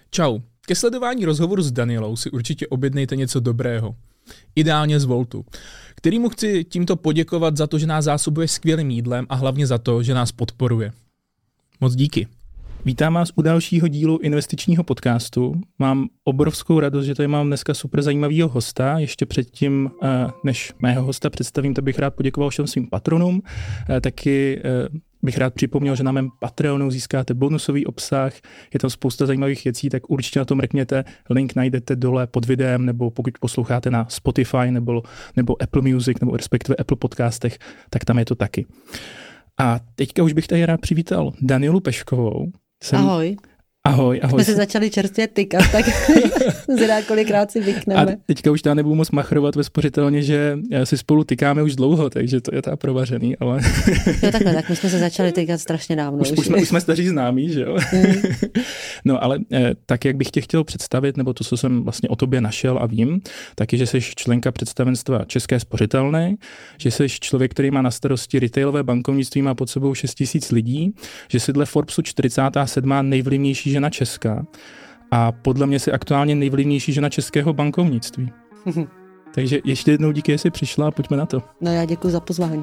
Čau, ke sledování rozhovoru s Danielou si určitě objednejte něco dobrého. Ideálně z Voltu, kterýmu chci tímto poděkovat za to, že nás zásobuje skvělým jídlem a hlavně za to, že nás podporuje. Moc díky. Vítám vás u dalšího dílu investičního podcastu. Mám obrovskou radost, že tady mám dneska super zajímavého hosta. Ještě předtím, než mého hosta představím, tak bych rád poděkoval všem svým patronům. Taky bych rád připomněl, že na mém Patreonu získáte bonusový obsah, je tam spousta zajímavých věcí, tak určitě na to mrkněte. Link najdete dole pod videem, nebo pokud posloucháte na Spotify nebo Apple Music, nebo respektive Apple Podcastech, tak tam je to taky. A teďka už bych tady rád přivítal Danielu Peškovou. Ahoj. Ahoj. Jsme se začali čerstvě tykat, tak zrá kolikrát si vykneme. A teďka už nebudu moc machrovat ve spořitelně, že si spolu tykáme už dlouho, takže to je ta provařený, ale... Jo takhle, tak my jsme se začali tykat strašně dávno. Už jsme staří známí, že jo? No ale tak, jak bych tě chtěl představit, nebo to, co jsem vlastně o tobě našel a vím, tak je, že jsi členka představenstva České spořitelny, že jsi člověk, který má na starosti retailové bankovnictví, má pod sebou 6 000 lidí, že jsi dle Forbesu 47. nejvlivnější žena Česká a podle mě si aktuálně nejvlivnější žena českého bankovnictví. Takže ještě jednou díky, že jsi přišla a pojďme na to. No já děkuji za pozvání.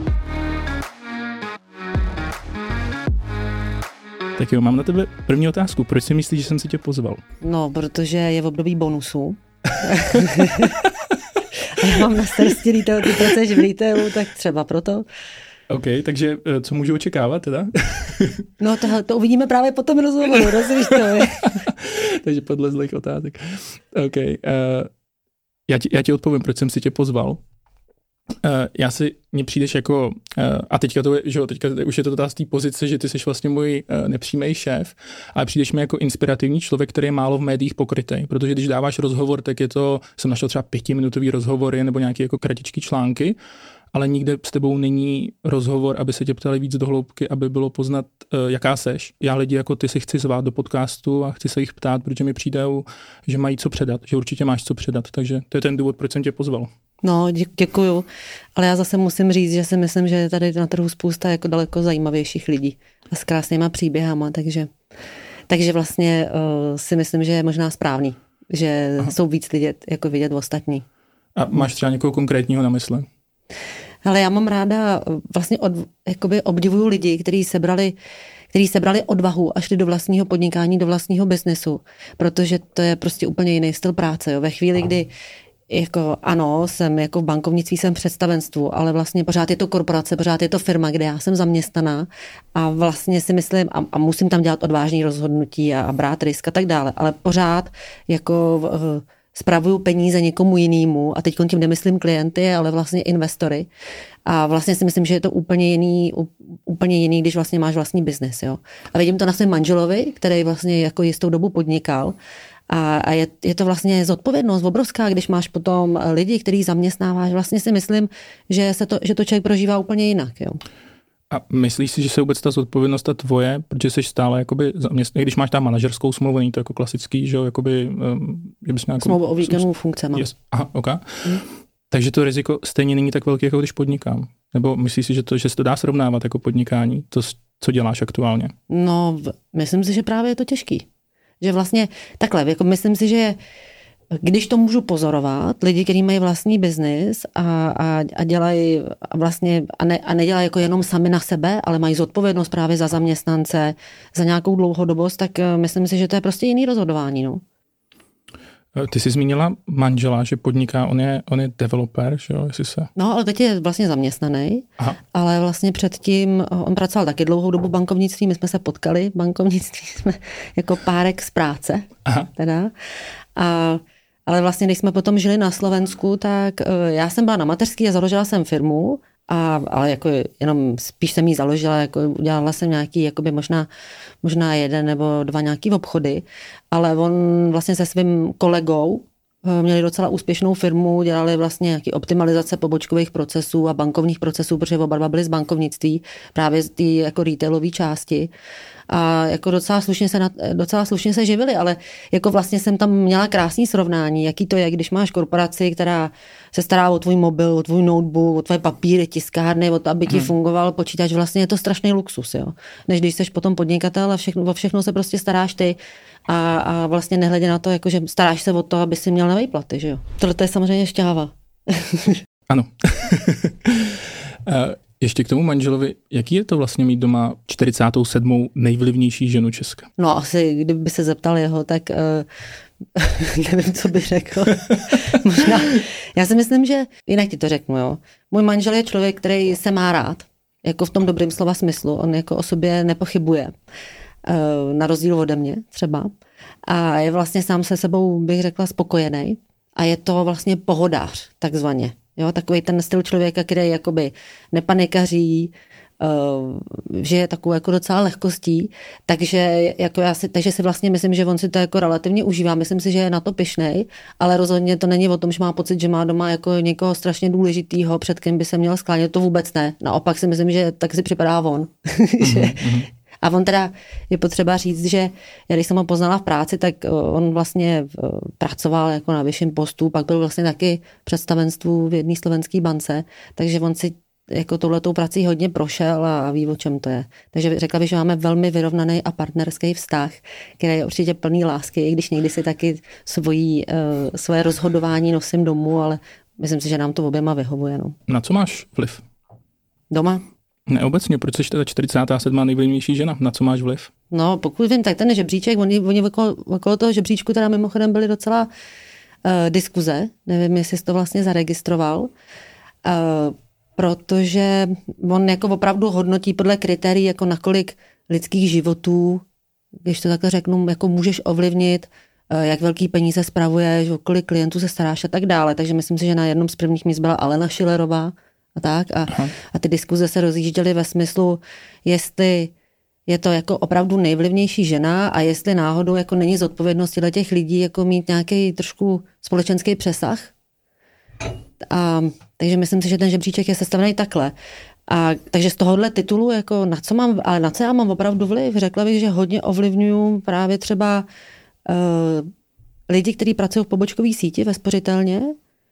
Tak jo, mám na tebe první otázku. Proč si myslíš, že jsem si tě pozval? No, protože je v období bonusů. A já mám na starosti retail, ty pracuješ v retailu, tak třeba proto. OK, takže co můžu očekávat teda? No to uvidíme právě po tom rozhovoru, rozumíš to? Takže podle zlých otázek. OK, já ti odpovím, proč jsem si tě pozval. Mně přijdeš jako, a teďka už je to z té pozice, že ty jsi vlastně můj nepřímý šéf, ale přijdeš mi jako inspirativní člověk, který je málo v médiích pokrytej, protože když dáváš rozhovor, tak jsem našel třeba 5minutový rozhovory nebo nějaké jako kratičky články, ale nikde s tebou není rozhovor, aby se tě ptali víc do hloubky, aby bylo poznat, jaká seš. Já lidi jako ty si chci zvát do podcastu a chci se jich ptát, protože mi přijdou, že mají co předat, že určitě máš co předat, takže to je ten důvod, proč jsem tě pozval. No, děkuju, ale já zase musím říct, že si myslím, že je tady na trhu spousta jako daleko zajímavějších lidí a s krásnýma příběhama, takže vlastně si myslím, že je možná správný, že jsou víc vidět ostatní. A máš třeba někoho konkrétního na mysli? Ale já mám ráda, vlastně obdivuju lidi, kteří sebrali odvahu a šli do vlastního podnikání, do vlastního biznesu, protože to je prostě úplně jiný styl práce. Jo. Ve chvíli, kdy jsem v bankovnictví, jsem v představenstvu, ale vlastně pořád je to korporace, pořád je to firma, kde já jsem zaměstnaná a vlastně si myslím, a musím tam dělat odvážné rozhodnutí a brát risk a tak dále, ale pořád spravuju peníze někomu jinému a teď tím nemyslím klienty, ale vlastně investory. A vlastně si myslím, že je to úplně jiný, když vlastně máš vlastní biznes. Jo? A vidím to na svém manželovi, který vlastně jako jistou dobu podnikal. A je to vlastně zodpovědnost obrovská, když máš potom lidi, který zaměstnáváš. Vlastně si myslím, že to člověk prožívá úplně jinak. Jo? A myslíš si, že se vůbec ta zodpovědnost ta tvoje, protože jsi stále jakoby zaměstnaný, když máš tam manažerskou smlouvu, není to jako klasický, že jo, jakoby, že bys nějakou... Smlouvu o výkonu funkce mám. Yes. Aha, OK. Takže to riziko stejně není tak velké, jako když podnikám. Nebo myslíš si, že se to dá srovnávat jako podnikání, to, co děláš aktuálně? No, myslím si, že právě je to těžký. Že vlastně takhle, myslím si, že když to můžu pozorovat, lidi, kteří mají vlastní biznis a dělají vlastně a nedělají jako jenom sami na sebe, ale mají zodpovědnost právě za zaměstnance, za nějakou dlouhodobost, tak myslím si, že to je prostě jiný rozhodování. No. Ty jsi zmínila manžela, že podniká, on je developer, že jo, jestli se... No, ale teď je vlastně zaměstnaný, ale vlastně předtím, on pracoval taky dlouhou dobu v bankovnictví, my jsme se potkali v bankovnictví, jsme jako párek z práce, teda. Ale vlastně, když jsme potom žili na Slovensku, tak já jsem byla na mateřský a založila jsem firmu, ale jako jenom spíš jsem ji založila, jako udělala jsem nějaký, jakoby možná 1 nebo 2 nějaký obchody, ale on vlastně se svým kolegou měli docela úspěšnou firmu, dělali vlastně nějaký optimalizace pobočkových procesů a bankovních procesů, protože oba dva byli z bankovnictví, právě z té jako retailové části. a jako docela slušně se živili, ale jako vlastně jsem tam měla krásný srovnání, jaký to je, když máš korporaci, která se stará o tvůj mobil, o tvůj notebook, o tvoje papíry, tiskárny, o to, aby ti fungoval počítač, vlastně je to strašný luxus, jo. Než když jsi potom podnikatel a o všechno se prostě staráš ty a vlastně nehledě na to, jako, že staráš se o to, aby si měl na výplaty, že jo. Tohle je samozřejmě šťáva. Ano. Ještě k tomu manželovi, jaký je to vlastně mít doma 47. nejvlivnější ženu Česka? No asi, kdyby se zeptal jeho, tak nevím, co by řekl. Možná. Já si myslím, že jinak ti to řeknu, jo. Můj manžel je člověk, který se má rád, jako v tom dobrým slova smyslu. On jako o sobě nepochybuje. Na rozdíl ode mě třeba. A je vlastně sám se sebou, bych řekla, spokojený. A je to vlastně pohodář, takzvaně. Jo, takový ten styl člověka, který jakoby nepanikaří, že je takovou jako docela lehkostí, takže si vlastně myslím, že on si to jako relativně užívá. Myslím si, že je na to pyšnej, ale rozhodně to není o tom, že má pocit, že má doma jako někoho strašně důležitýho, před kým by se měl sklánět. To vůbec ne. Naopak si myslím, že tak si připadá on. A on teda je potřeba říct, že já když jsem ho poznala v práci, tak on vlastně pracoval jako na vyšším postu, pak byl vlastně taky v představenstvu v jedné slovenské bance, takže on si jako touhletou prací hodně prošel a ví, o čem to je. Takže řekla bych, že máme velmi vyrovnaný a partnerský vztah, který je určitě plný lásky, i když někdy si taky svoje rozhodování nosím domů, ale myslím si, že nám to oběma vyhovuje. No. Na co máš vliv? Doma? Ne, obecně, proč jsi ta 47. nejvlivnější žena? Na co máš vliv? No, pokud vím, tak ten žebříček, oni okolo toho žebříčku teda mimochodem byly docela diskuze, nevím, jestli jsi to vlastně zaregistroval, protože on jako opravdu hodnotí podle kritérií, jako nakolik lidských životů, když to takhle řeknu, jako můžeš ovlivnit, jak velký peníze spravuješ, o kolik klientů se staráš a tak dále. Takže myslím si, že na jednom z prvních míst byla Alena Schillerová a tak. A ty diskuze se rozjížděly ve smyslu, jestli je to jako opravdu nejvlivnější žena a jestli náhodou jako není zodpovědnost těch lidí jako mít nějaký trošku společenský přesah. Takže myslím si, že ten žebříček je sestavený takhle. Takže z tohohle titulu, jako na co já mám opravdu vliv, řekla bych, že hodně ovlivňuju právě třeba lidi, kteří pracují v pobočkové síti ve spořitelně,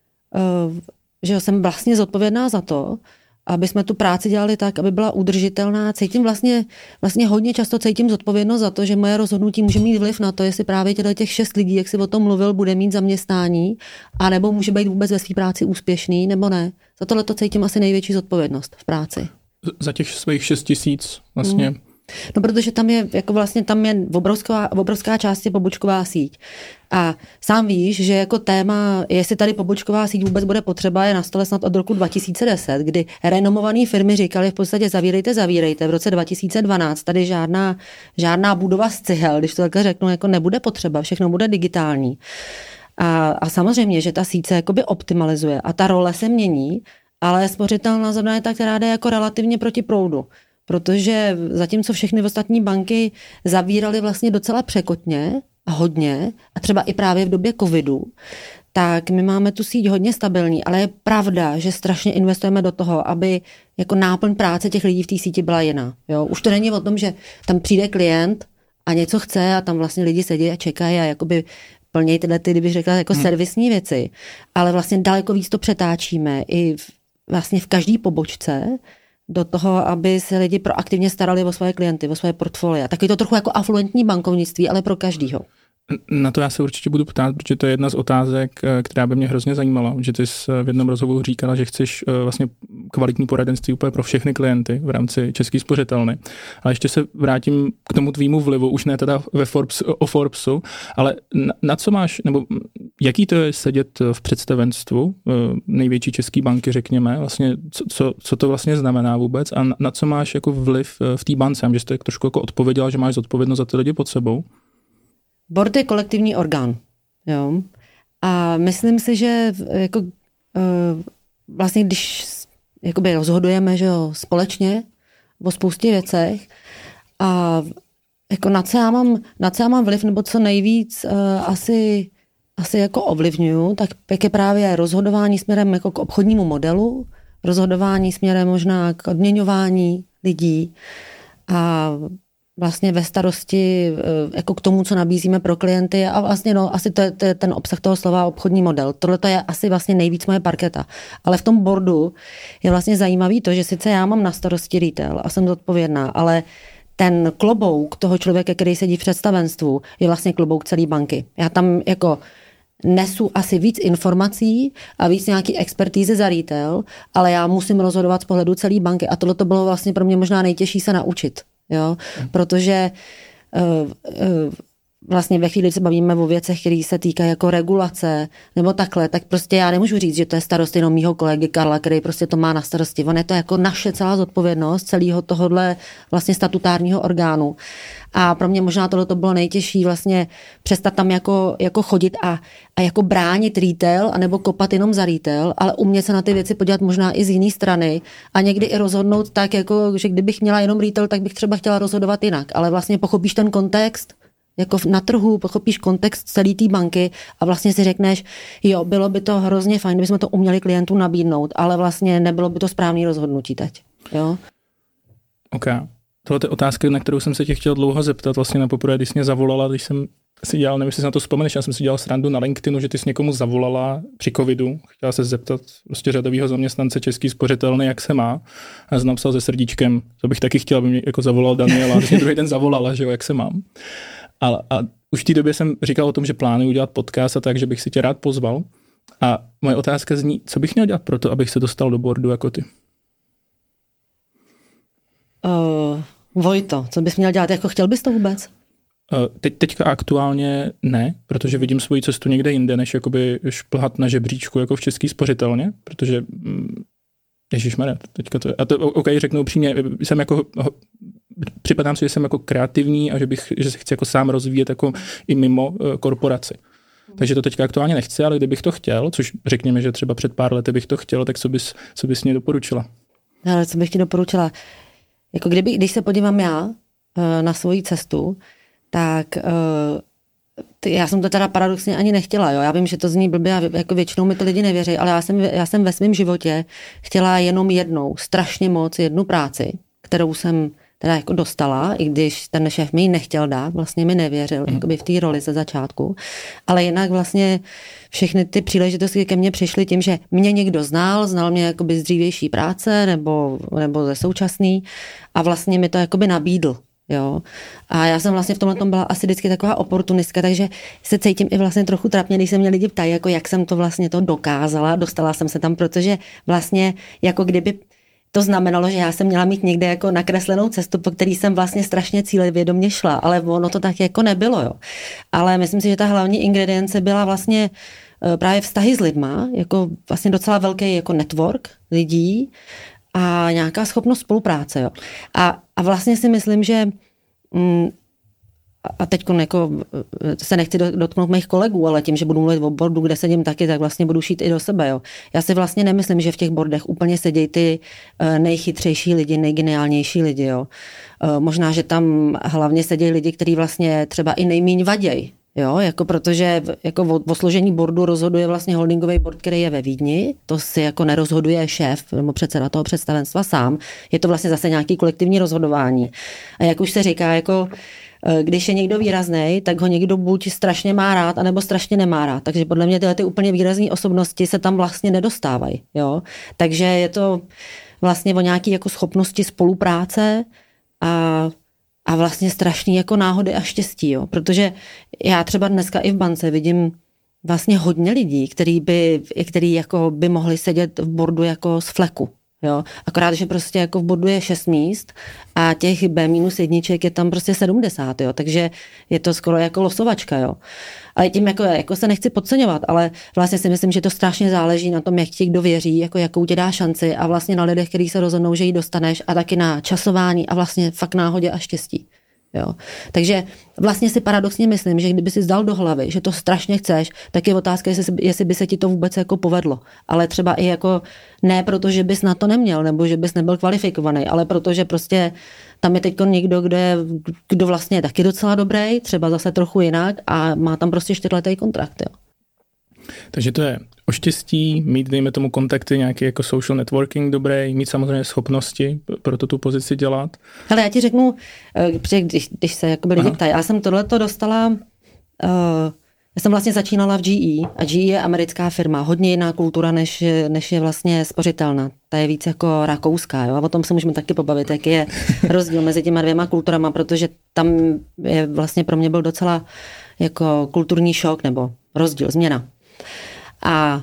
že jsem vlastně zodpovědná za to, aby jsme tu práci dělali tak, aby byla udržitelná. Cítím vlastně hodně často cítím zodpovědnost za to, že moje rozhodnutí může mít vliv na to, jestli právě těch 6 lidí, jak jsi o tom mluvil, bude mít zaměstnání, anebo může být vůbec ve své práci úspěšný, nebo ne. Za tohle to cítím asi největší zodpovědnost v práci. Za těch svých 6 000 vlastně. No, protože tam je obrovská část je pobočková síť. A sám víš, že jako téma, jestli tady pobočková síť vůbec bude potřeba, je na stole snad od roku 2010, kdy renomované firmy říkaly v podstatě zavírejte. V roce 2012 tady žádná budova z cihel, když to takhle řeknu, jako nebude potřeba, všechno bude digitální. A samozřejmě, že ta síť se jakoby optimalizuje a ta role se mění, ale spořitelná zrovna je ta, která jde jako relativně proti proudu. Protože zatímco všechny ostatní banky zavíraly vlastně docela překotně a hodně, a třeba i právě v době covidu, tak my máme tu síť hodně stabilní, ale je pravda, že strašně investujeme do toho, aby jako náplň práce těch lidí v té síti byla jiná. Jo? Už to není o tom, že tam přijde klient a něco chce a tam vlastně lidi sedí a čekají a jakoby plnějí tyhle, kdybych řekla, jako servisní věci, ale vlastně daleko víc to přetáčíme i vlastně v každé pobočce, do toho, aby se lidi proaktivně starali o svoje klienty, o svoje portfolia. Takový to trochu jako afluentní bankovnictví, ale pro každýho. Na to já se určitě budu ptát, protože to je jedna z otázek, která by mě hrozně zajímala, že ty jsi v jednom rozhovoru říkala, že chceš vlastně kvalitní poradenství úplně pro všechny klienty v rámci České spořitelny. Ale ještě se vrátím k tomu tvýmu vlivu, už ne teda o Forbesu, ale na co máš, nebo jaký to je sedět v představenstvu největší české banky, řekněme, vlastně co to vlastně znamená vůbec a na co máš jako vliv v té bance, že jste trošku jako odpověděla, že máš zodpovědnost za ty lidi pod sebou. Board je kolektivní orgán. Jo? A myslím si, že jako, vlastně když jakoby rozhodujeme, že jo, společně o spoustě věcech a jako na co já mám vliv, nebo co nejvíc asi jako ovlivňuju, tak je právě rozhodování směrem jako k obchodnímu modelu, rozhodování směrem možná k odměňování lidí a vlastně ve starosti jako k tomu, co nabízíme pro klienty a vlastně asi to je ten obsah toho slova obchodní model. Tohle to je asi vlastně nejvíc moje parketa. Ale v tom boardu je vlastně zajímavý to, že sice já mám na starosti retail a jsem zodpovědná, ale ten klobouk toho člověka, který sedí v představenstvu, je vlastně klobouk celé banky. Já tam jako nesu asi víc informací a víc nějaký expertízy za retail, ale já musím rozhodovat z pohledu celé banky a tohle to bylo vlastně pro mě možná nejtěžší se naučit. Jo? Protože vlastně ve chvíli, kdy se bavíme o věcech, které se týkají jako regulace nebo takhle, tak prostě já nemůžu říct, že to je starost jenom mýho kolegy Karla, který prostě to má na starosti. On je to jako naše celá zodpovědnost celého tohohle vlastně statutárního orgánu. A pro mě možná tohle to bylo nejtěžší vlastně přestat tam jako chodit a jako bránit retail anebo kopat jenom za retail, ale umět se na ty věci podívat možná i z jiné strany a někdy i rozhodnout tak, jako, že kdybych měla jenom retail, tak bych třeba chtěla rozhodovat jinak. Ale vlastně pochopíš ten kontext, jako na trhu, pochopíš kontext celé té banky a vlastně si řekneš, jo, bylo by to hrozně fajn, kdybychom to uměli klientům nabídnout, ale vlastně nebylo by to správné rozhodnutí teď. Jo? OK. Tohle je otázka, na kterou jsem se tě chtěl dlouho zeptat, vlastně napoprvé, když jsi mě zavolala, když jsem si dělal, nevím, jestli si na to vzpomeneš, já jsem si dělal srandu na LinkedInu, že ty jsi někomu zavolala při covidu, chtěla se zeptat prostě řadového zaměstnance Český spořitelny, jak se má, a já jsem napsal se srdíčkem, to bych taky chtěl, aby mě jako zavolal Daniela, a druhý den zavolala, že jo, jak se mám. A už v té době jsem říkal o tom, že plánuju udělat podcast a tak, že bych si tě rád pozval. A moje otázka zní, co bych měl dělat pro to, abych se dostal do boardu jako ty? Vojto, co bys měl dělat? Jako chtěl bys to vůbec? Teďka aktuálně ne, protože vidím svoji cestu někde jinde, než jakoby šplhat na žebříčku jako v Český spořitelně, protože ježišmarja, teďka to je. A to OK, řeknu upřímně, jsem jako připadám si, že jsem jako kreativní a že se chci jako sám rozvíjet jako i mimo korporaci. Takže to teďka aktuálně nechci, ale kdybych to chtěl, což řekněme, že třeba před pár lety bych to chtěl, tak co bys mě doporučila? Ale co bych ti doporučila? Jako když se podívám já na svoji cestu, tak já jsem to teda paradoxně ani nechtěla. Jo? Já vím, že to zní blbě a jako většinou mi to lidi nevěří, ale já jsem ve svém životě chtěla jenom strašně moc jednu práci, kterou jsem teda jako dostala, i když ten šéf mi ji nechtěl dát, vlastně mi nevěřil jakoby v té roli ze začátku, ale jinak vlastně všechny ty příležitosti ke mně přišly tím, že mě někdo znal mě jakoby z dřívější práce nebo ze současný a vlastně mi to jakoby nabídl. Jo. A já jsem vlastně v tomhle tom byla asi vždycky taková oportunistka, takže se cítím i vlastně trochu trapně, když se mě lidi ptají, jako jak jsem to vlastně to dokázala, dostala jsem se tam, protože vlastně jako kdyby to znamenalo, že já jsem měla mít někde jako nakreslenou cestu, po který jsem vlastně strašně cílevědomě šla, ale ono to tak jako nebylo. Jo. Ale myslím si, že ta hlavní ingredience byla vlastně právě vztahy s lidma, jako vlastně docela velký jako network lidí a nějaká schopnost spolupráce. Jo. A vlastně si myslím, že a teď jako se nechci dotknout mých kolegů, ale tím, že budu mluvit o boardu, kde sedím taky, tak vlastně budu šít i do sebe. Jo. Já si vlastně nemyslím, že v těch boardech úplně sedějí ty nejchytřejší lidi, nejgeniálnější lidi. Jo. Možná, že tam hlavně sedějí lidi, kteří vlastně třeba i nejmíň vadějí. Jo, jako protože jako o složení boardu rozhoduje vlastně holdingový board, který je ve Vídni. To si jako nerozhoduje šéf nebo předseda toho představenstva sám. Je to vlastně zase nějaký kolektivní rozhodování. A jak už se říká, jako když je někdo výrazný, tak ho někdo buď strašně má rád, anebo strašně nemá rád. Takže podle mě tyhle ty úplně výrazné osobnosti se tam vlastně nedostávají. Jo? Takže je to vlastně o nějaké jako schopnosti spolupráce a vlastně strašný jako náhody a štěstí. Jo? Protože já třeba dneska i v bance vidím vlastně hodně lidí, který jako by mohli sedět v boardu jako z fleku. Jo? Akorát, že prostě jako v boardu je 6 míst a těch B-1 je tam prostě 70, jo? Takže je to skoro jako losovačka. Jo? Ale tím jako se nechci podceňovat, ale vlastně si myslím, že to strašně záleží na tom, jak ti kdo věří, jako jakou ti dá šanci a vlastně na lidech, kteří se rozhodnou, že ji dostaneš a taky na časování a vlastně fakt náhodě a štěstí. Jo. Takže vlastně si paradoxně myslím, že kdyby si zdal do hlavy, že to strašně chceš, tak je otázka, jestli by se ti to vůbec jako povedlo. Ale třeba i jako ne proto, že bys na to neměl, nebo že bys nebyl kvalifikovaný, ale protože prostě tam je teď někdo, kdo vlastně je taky docela dobrý, třeba zase trochu jinak a má tam prostě 4letý kontrakt. Jo. Takže to je o štěstí, mít, dejme tomu, kontakty, nějaký jako social networking dobrý, mít samozřejmě schopnosti pro tu pozici dělat? Hele, já ti řeknu, když se jakoby lidi ptají, já jsem tohleto dostala, já jsem vlastně začínala v GE a GE je americká firma, hodně jiná kultura, než je vlastně spořitelna. Ta je víc jako rakouská, jo? A o tom se můžeme taky pobavit, jaký je rozdíl mezi těma dvěma kulturama, protože tam je vlastně pro mě byl docela jako kulturní šok nebo rozdíl, změna. A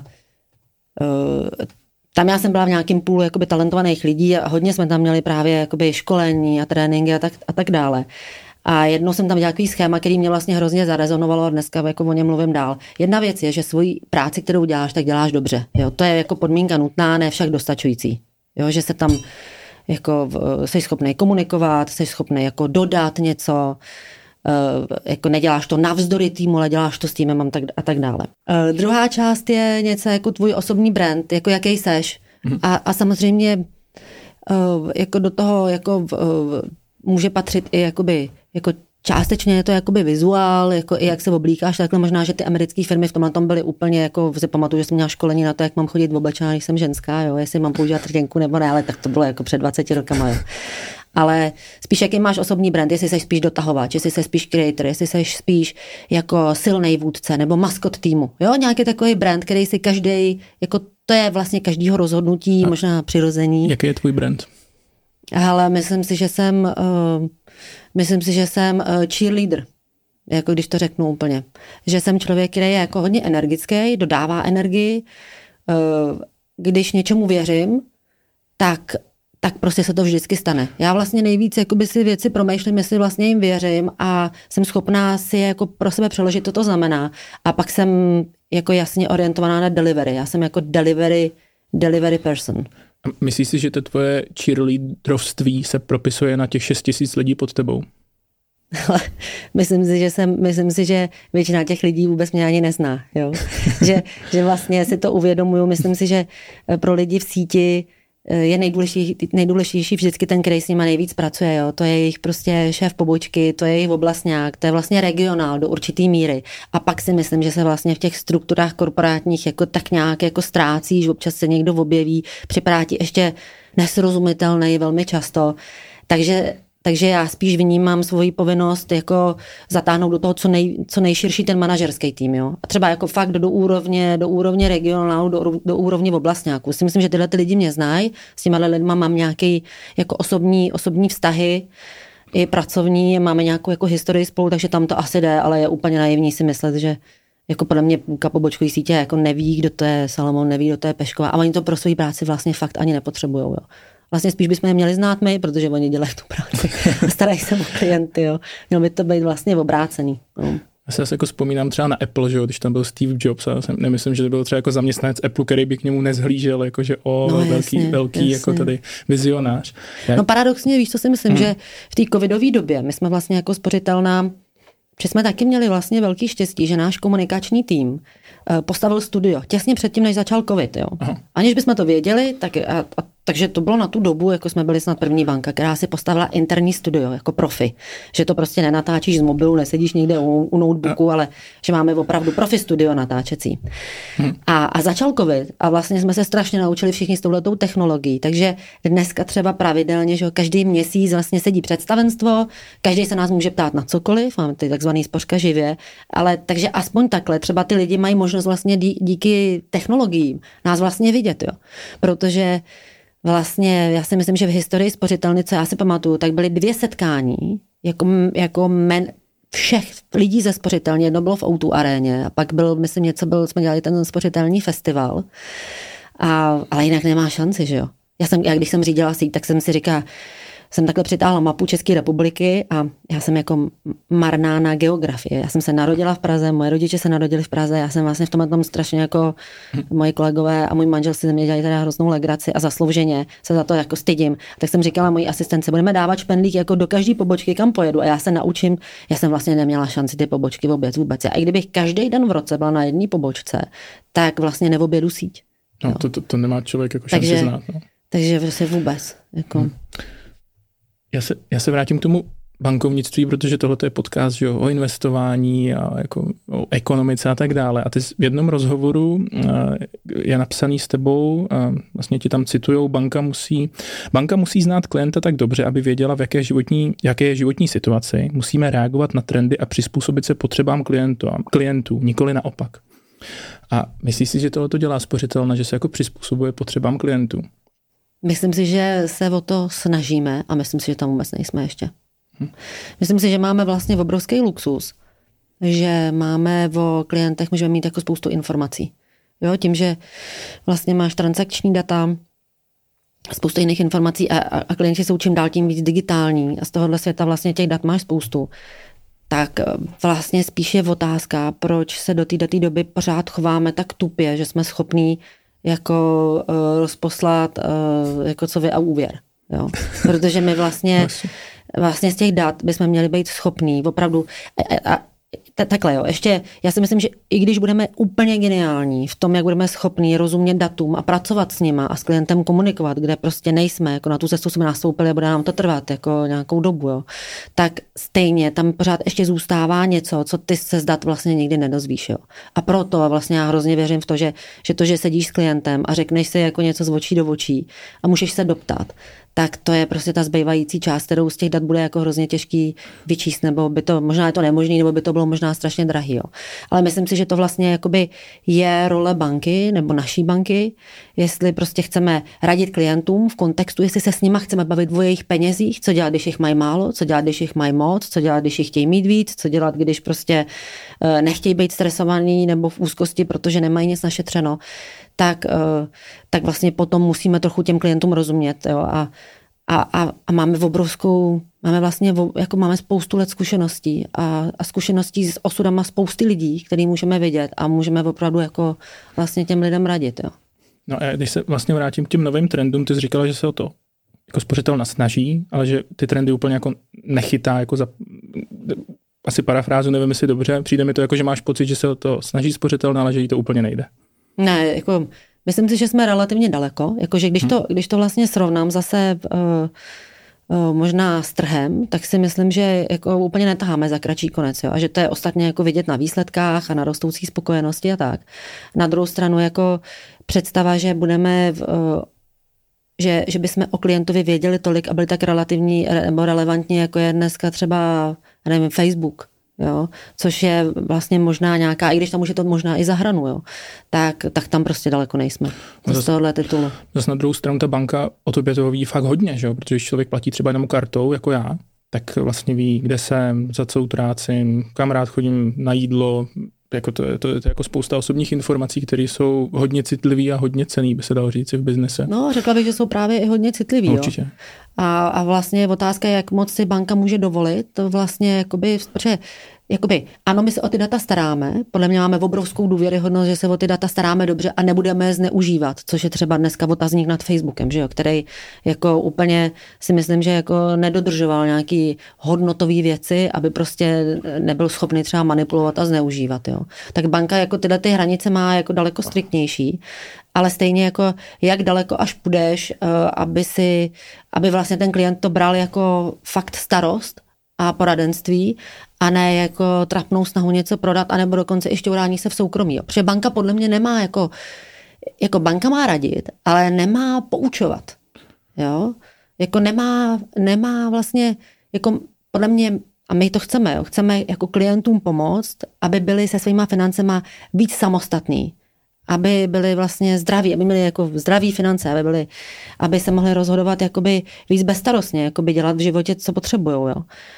tam já jsem byla v nějakém půlu jakoby talentovaných lidí a hodně jsme tam měli právě jakoby školení a tréninky a tak dále. A jednou jsem tam dělala takový schéma, který mě vlastně hrozně zarezonovalo a dneska jako o něm mluvím dál. Jedna věc je, že svoji práci, kterou děláš, tak děláš dobře. Jo? To je jako podmínka nutná, ne však dostačující. Jo? Že se tam jako jsi schopný komunikovat, jsi schopný jako dodat něco, jako neděláš to navzdory týmu, ale děláš to s týmem a tak dále. Druhá část je něco jako tvůj osobní brand, jako jaký seš. A samozřejmě jako do toho jako může patřit i jakoby, jako částečně je to jakoby vizuál, jako i jak se oblíkáš, takhle možná, že ty americké firmy v tomhle tom byly úplně jako, si pamatuju, že jsem měla školení na to, jak mám chodit oblečená, když jsem ženská, jo, jestli mám používat rtěnku nebo ne, ale tak to bylo jako před 20 rokama, jo. Ale spíš jaký máš osobní brand, jestli jsi spíš dotahovač, jestli jsi spíš creator, jestli jsi spíš jako silný vůdce nebo maskot týmu. Jo, nějaký takový brand, který si každý, jako to je vlastně každýho rozhodnutí, možná přirození. Jaký je tvůj brand? Ale myslím si, že jsem cheerleader, jako když to řeknu úplně. Že jsem člověk, který je jako hodně energický, dodává energii. Když něčemu věřím, tak prostě se to vždycky stane. Já vlastně nejvíc jakoby si věci promýšlím, jestli vlastně jim věřím a jsem schopná si jako pro sebe přeložit, co to znamená. A pak jsem jako jasně orientovaná na delivery. Já jsem jako delivery person. Myslíš si, že to tvoje cheerleaderovství se propisuje na těch 6 000 lidí pod tebou? Myslím si, že většina těch lidí vůbec mě ani nezná. Jo? že vlastně si to uvědomuju. Myslím si, že pro lidi v síti je nejdůležitější vždycky ten, který s nima nejvíc pracuje. Jo? To je jejich prostě šéf pobočky, to je jejich oblastňák, to je vlastně regionál do určitý míry. A pak si myslím, že se vlastně v těch strukturách korporátních jako tak nějak jako ztrácí, že občas se někdo objeví, připadá ti ještě nesrozumitelný velmi často. Takže já spíš vnímám svoji povinnost jako zatáhnout do toho co nejširší ten manažerský tým. Jo? A třeba jako fakt do úrovně regionálu, do úrovně oblastňáků. Si myslím, že tyhle ty lidi mě znají, s těma lidma mám nějaký jako osobní vztahy, i pracovní, máme nějakou jako historii spolu, takže tam to asi jde, ale je úplně naivní si myslet, že jako podle mě pobočkový sítě jako neví, kdo to je Salomon, neví, kdo to je Pešková a oni to pro svou práci vlastně fakt ani nepotřebujou. Jo? Vlastně spíš bychom je měli znát my, protože oni dělají tu práci a starají se o klienty. Jo. Mělo by to být vlastně obrácený. No. Já se jako vzpomínám třeba na Apple, že jo, když tam byl Steve Jobs, a já nemyslím, že to byl třeba jako zaměstnanec Apple, který by k němu nezhlížel, jakože velký jako tady vizionář. No paradoxně, víš, co si myslím, že v té covidové době my jsme vlastně jako spořitelná, že jsme taky měli vlastně velký štěstí, že náš komunikační tým postavil studio těsně předtím, než začal covid. Jo. Aniž bychom to věděli, takže to bylo na tu dobu, jako jsme byli snad první banka, která si postavila interní studio jako profi. Že to prostě nenatáčíš z mobilu, nesedíš někde u notebooku, ale že máme opravdu profi studio natáčecí. A začal covid a vlastně jsme se strašně naučili všichni s touhletou technologií. Takže dneska třeba pravidelně, že každý měsíc vlastně sedí představenstvo, každý se nás může ptát na cokoliv, máme ty takzvaný spořka živě, ale takže aspoň takhle třeba ty lidi mají možnost vlastně díky technologiím nás vlastně vidět, jo. Protože vlastně, já si myslím, že v historii spořitelny, co já si pamatuju, tak byly 2 setkání, všech lidí ze spořitelny. Jedno bylo v O2 aréně a pak jsme dělali ten spořitelný festival. Ale jinak nemá šanci, že jo. Já když jsem řídila síť, tak jsem si říkala, jsem takhle přitáhla mapu České republiky a já jsem jako marná na geografii. Já jsem se narodila v Praze, moje rodiče se narodili v Praze, já jsem vlastně v tomhle tom strašně jako moji kolegové a můj manžel si ze mě dělali teda hroznou legraci a zaslouženě se za to jako stydím. Tak jsem říkala mojí asistence, budeme dávat špendlík jako do každé pobočky, kam pojedu a já se naučím, já jsem vlastně neměla šanci ty pobočky objet vůbec. A i kdybych každý den v roce byla na jedné pobočce, tak vlastně neobjedu síť. No, to nemá člověk jako šanci znát. No. Takže vlastně vůbec. Jako... Já se vrátím k tomu bankovnictví, protože tohle je podcast, že, o investování a jako o ekonomice a tak dále. A ty v jednom rozhovoru je napsaný s tebou, vlastně ti tam citujou, banka musí znát klienta tak dobře, aby věděla, v jaké je životní situaci. Musíme reagovat na trendy a přizpůsobit se potřebám klientů, nikoli naopak. A myslíš si, že tohle to dělá spořitelna, že se jako přizpůsobuje potřebám klientů? Myslím si, že se o to snažíme a myslím si, že tam vůbec nejsme ještě. Myslím si, že máme vlastně obrovský luxus, že máme o klientech, můžeme mít jako spoustu informací. Jo, tím, že vlastně máš transakční data, spoustu jiných informací a klienti jsou čím dál tím víc digitální a z tohohle světa vlastně těch dat máš spoustu, tak vlastně spíš je otázka, proč se do té doby pořád chováme tak tupě, že jsme schopní jako rozposlat jako co vy a úvěr. Jo? Protože my vlastně z těch dat bychom měli být schopní opravdu takhle jo, ještě já si myslím, že i když budeme úplně geniální v tom, jak budeme schopní rozumět datům a pracovat s nima a s klientem komunikovat, kde prostě nejsme, jako na tu cestu jsme nastoupili a bude nám to trvat jako nějakou dobu, jo, tak stejně tam pořád ještě zůstává něco, co ty se z dat vlastně nikdy nedozvíš, jo. A proto vlastně já hrozně věřím v to, že sedíš s klientem a řekneš si jako něco z očí do očí a můžeš se doptat, tak to je prostě ta zbývající část, kterou z těch dat bude jako hrozně těžký vyčíst, nebo by to, možná je to nemožný, nebo by to bylo možná strašně drahý, jo. Ale myslím si, že to vlastně jakoby je role banky, nebo naší banky, jestli prostě chceme radit klientům v kontextu, jestli se s nima chceme bavit o jejich penězích, co dělat, když jich mají málo, co dělat, když jich mají moc, co dělat, když jich chtějí mít víc, co dělat, když prostě nechtějí být stresovaný nebo v úzkosti, protože nemají nic našetřeno, tak vlastně potom musíme trochu těm klientům rozumět, jo, a máme spoustu let zkušeností a zkušeností s osudama spousty lidí, který můžeme vidět a můžeme opravdu jako vlastně těm lidem radit, jo. No a když se vlastně vrátím k těm novým trendům, ty jsi říkala, že se o to jako spořitelna snaží, ale že ty trendy úplně jako nechytá, jako asi parafrázu, nevím, jestli dobře, přijde mi to jako, že máš pocit, že se o to snaží spořitelna, ale že jí to úplně nejde. Ne, jako myslím si, že jsme relativně daleko, jakože když to vlastně srovnám zase možná s trhem, tak si myslím, že jako úplně netaháme za kratší konec, jo, a že to je ostatně jako vidět na výsledkách a na rostoucí spokojenosti a tak. Na druhou stranu jako představa, že budeme že bychom o klientovi věděli tolik a byli tak relativní nebo relevantní, jako je dneska třeba, nevím, Facebook, jo, což je vlastně možná nějaká, i když tam už je to možná i za hranu, jo, tak tam prostě daleko nejsme z tohohle titulu. Zase na druhou stranu ta banka o tobě to ví fakt hodně, že jo, protože když člověk platí třeba jenom kartou, jako já, tak vlastně ví, kde jsem, za co utrácím, kam rád chodím na jídlo, jako to je jako spousta osobních informací, které jsou hodně citlivý a hodně cenný, by se dalo říct v biznise. No, řekla bych, že jsou právě i hodně citlivý. Určitě. Jo. A vlastně otázka je, jak moc si banka může dovolit, to vlastně jakoby, ano, my se o ty data staráme, podle mě máme obrovskou důvěryhodnost, že se o ty data staráme dobře a nebudeme je zneužívat, což je třeba dneska otazník nad Facebookem, že jo, který jako úplně si myslím, že jako nedodržoval nějaký hodnotový věci, aby prostě nebyl schopný třeba manipulovat a zneužívat, jo. Tak banka jako tyhle ty hranice má jako daleko striktnější, ale stejně jako jak daleko až půjdeš, aby vlastně ten klient to bral jako fakt starost a poradenství a ne jako trapnou snahu něco prodat, anebo dokonce i šťourání se v soukromí. Jo. Protože banka podle mě nemá jako banka má radit, ale nemá poučovat. Jo? Jako nemá vlastně, jako podle mě, a my to chceme, jo, chceme jako klientům pomoct, aby byli se svýma financema víc samostatní, aby byli vlastně zdraví, aby měli jako zdraví finance, aby se mohli rozhodovat jakoby víc bezstarostně, jakoby dělat v životě, co potřebujou, jo.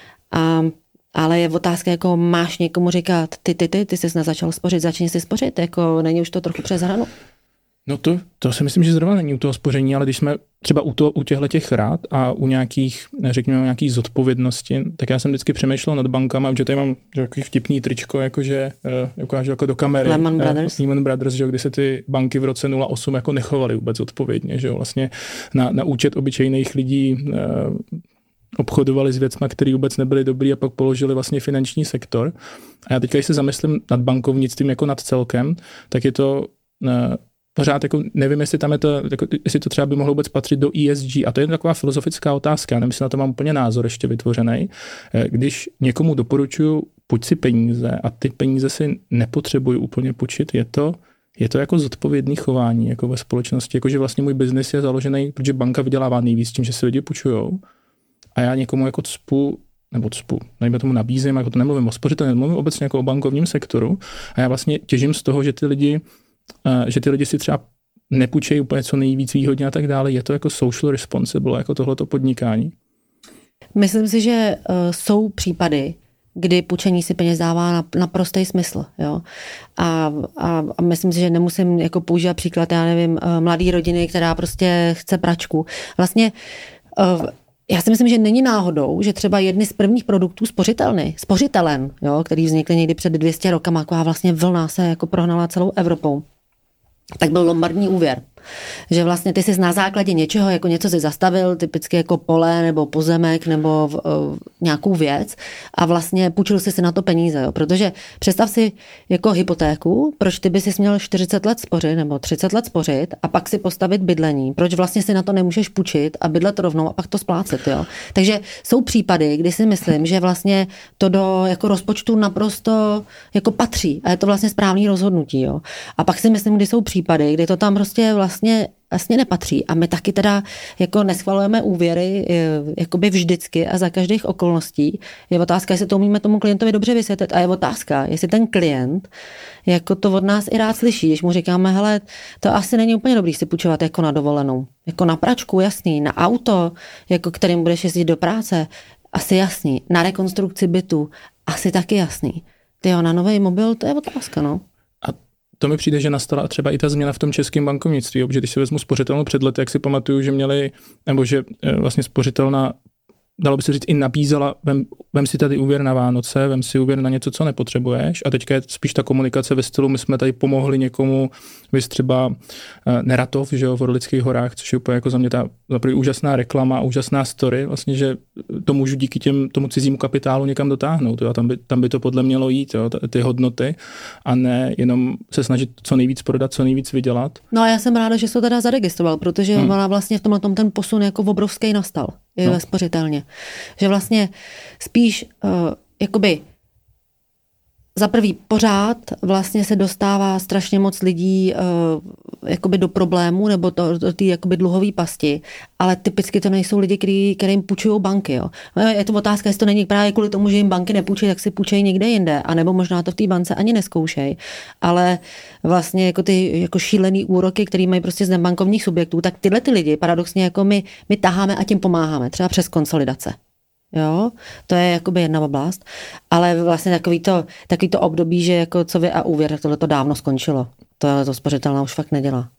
Ale je otázka, jako máš někomu říkat, ty jsi začal spořit, začni si spořit, jako není už to trochu přes hranu? No to si myslím, že zrovna není u toho spoření, ale když jsme třeba u těchto rad a u nějakých, řekněme, nějakých zodpovědnosti, tak já jsem vždycky přemýšlel nad bankama, že tady mám takový vtipný tričko, jakože ukážu jako do kamery. Lehman Brothers, že kdy se ty banky v roce 2008 jako nechovaly vůbec odpovědně, že vlastně na účet obyčejných lidí obchodovali s věcma, které vůbec nebyly dobrý a pak položili vlastně finanční sektor. A já teďka, když se zamyslím nad bankovnictvím jako nad celkem, tak je to pořád jako nevím, jestli tam je to, jako, jestli to třeba by mohlo vůbec patřit do ESG. A to je taková filozofická otázka. Já nevím, jestli na to mám úplně názor ještě vytvořený. Když někomu doporučuju, půjč si peníze a ty peníze si nepotřebuji úplně půjčit, je to jako zodpovědný chování jako ve společnosti, jakože vlastně můj biznis je založený, protože banka vydělává nejvíc tím, že si lidi půjčujou a já někomu jako cpu, najme tomu nabízím, jako to nemluvím o spořitelně, mluvím obecně jako o bankovním sektoru a já vlastně těžím z toho, že ty lidi si třeba nepůjčejí úplně co nejvíc výhodně a tak dále. Je to jako social responsible, jako tohleto podnikání? Myslím si, že jsou případy, kdy půjčení si peněz dává naprostý smysl. Jo? A myslím si, že nemusím jako používat příklad, já nevím, mladý rodiny, která prostě chce pračku. Vlastně já si myslím, že není náhodou, že třeba jedny z prvních produktů spořitelen, jo, který vznikl někdy před 200 rokama, taková vlastně vlna se jako prohnala celou Evropou, tak byl lombardní úvěr. Že vlastně ty jsi na základě něčeho, jako něco si zastavil, typicky jako pole nebo pozemek nebo nějakou věc a vlastně půjčil si na to peníze. Jo. Protože představ si jako hypotéku, proč ty by si měl 40 let spořit nebo 30 let spořit a pak si postavit bydlení. Proč vlastně si na to nemůžeš půjčit a bydlet rovnou a pak to splácet. Jo. Takže jsou případy, kdy si myslím, že vlastně to do jako rozpočtu naprosto jako patří a je to vlastně správný rozhodnutí. Jo. A pak si myslím, kdy jsou případy, kdy to tam prostě vlastně nepatří. A my taky teda jako neschvalujeme úvěry jakoby vždycky a za každých okolností. Je otázka, jestli to umíme tomu klientovi dobře vysvětlit a je otázka, jestli ten klient jako to od nás i rád slyší, když mu říkáme, hele, to asi není úplně dobrý si půjčovat jako na dovolenou. Jako na pračku, jasný, na auto, jako kterým budeš jezdit do práce, asi jasný. Na rekonstrukci bytu, asi taky jasný. Tyjo, na nový mobil, to je otázka, no. To mi přijde, že nastala třeba i ta změna v tom českém bankovnictví, protože když si vezmu spořitelnu před lety, jak si pamatuju, že měli, nebo že vlastně spořitelna, dalo by se říct, i nabízela, vem si tady úvěr na Vánoce, vem si úvěr na něco, co nepotřebuješ a teďka je spíš ta komunikace ve stylu, my jsme tady pomohli někomu, vys třeba Neratov, že jo, v Orlických horách, což je úplně jako za mě ta úžasná reklama, úžasná story, vlastně, že to můžu díky tomu cizímu kapitálu někam dotáhnout, jo, tam by to podle mělo jít, jo, ty hodnoty a ne jenom se snažit co nejvíc prodat, co nejvíc vydělat. No a já jsem ráda, že jsi to teda zaregistroval, protože ona vlastně v tomhle ten posun jako obrovský nastal. Ve spořitelně. Že vlastně spíš jakoby za prvý pořád vlastně se dostává strašně moc lidí jakoby do problému nebo do té jakoby dluhové pasti, ale typicky to nejsou lidi, kterým půjčují banky. Jo. Je to otázka, jestli to není právě kvůli tomu, že jim banky nepůjčí, tak si půjčejí někde jinde, anebo možná to v té bance ani neskoušej. Ale vlastně jako ty jako šílený úroky, který mají prostě z nebankovních subjektů, tak tyhle ty lidi paradoxně jako my taháme a tím pomáháme, třeba přes konsolidace. Jo, to je jakoby jedna oblast, ale vlastně takový to období, že jako co vy a úvěr, tak tohle to dávno skončilo. To spořitelná už fakt nedělá.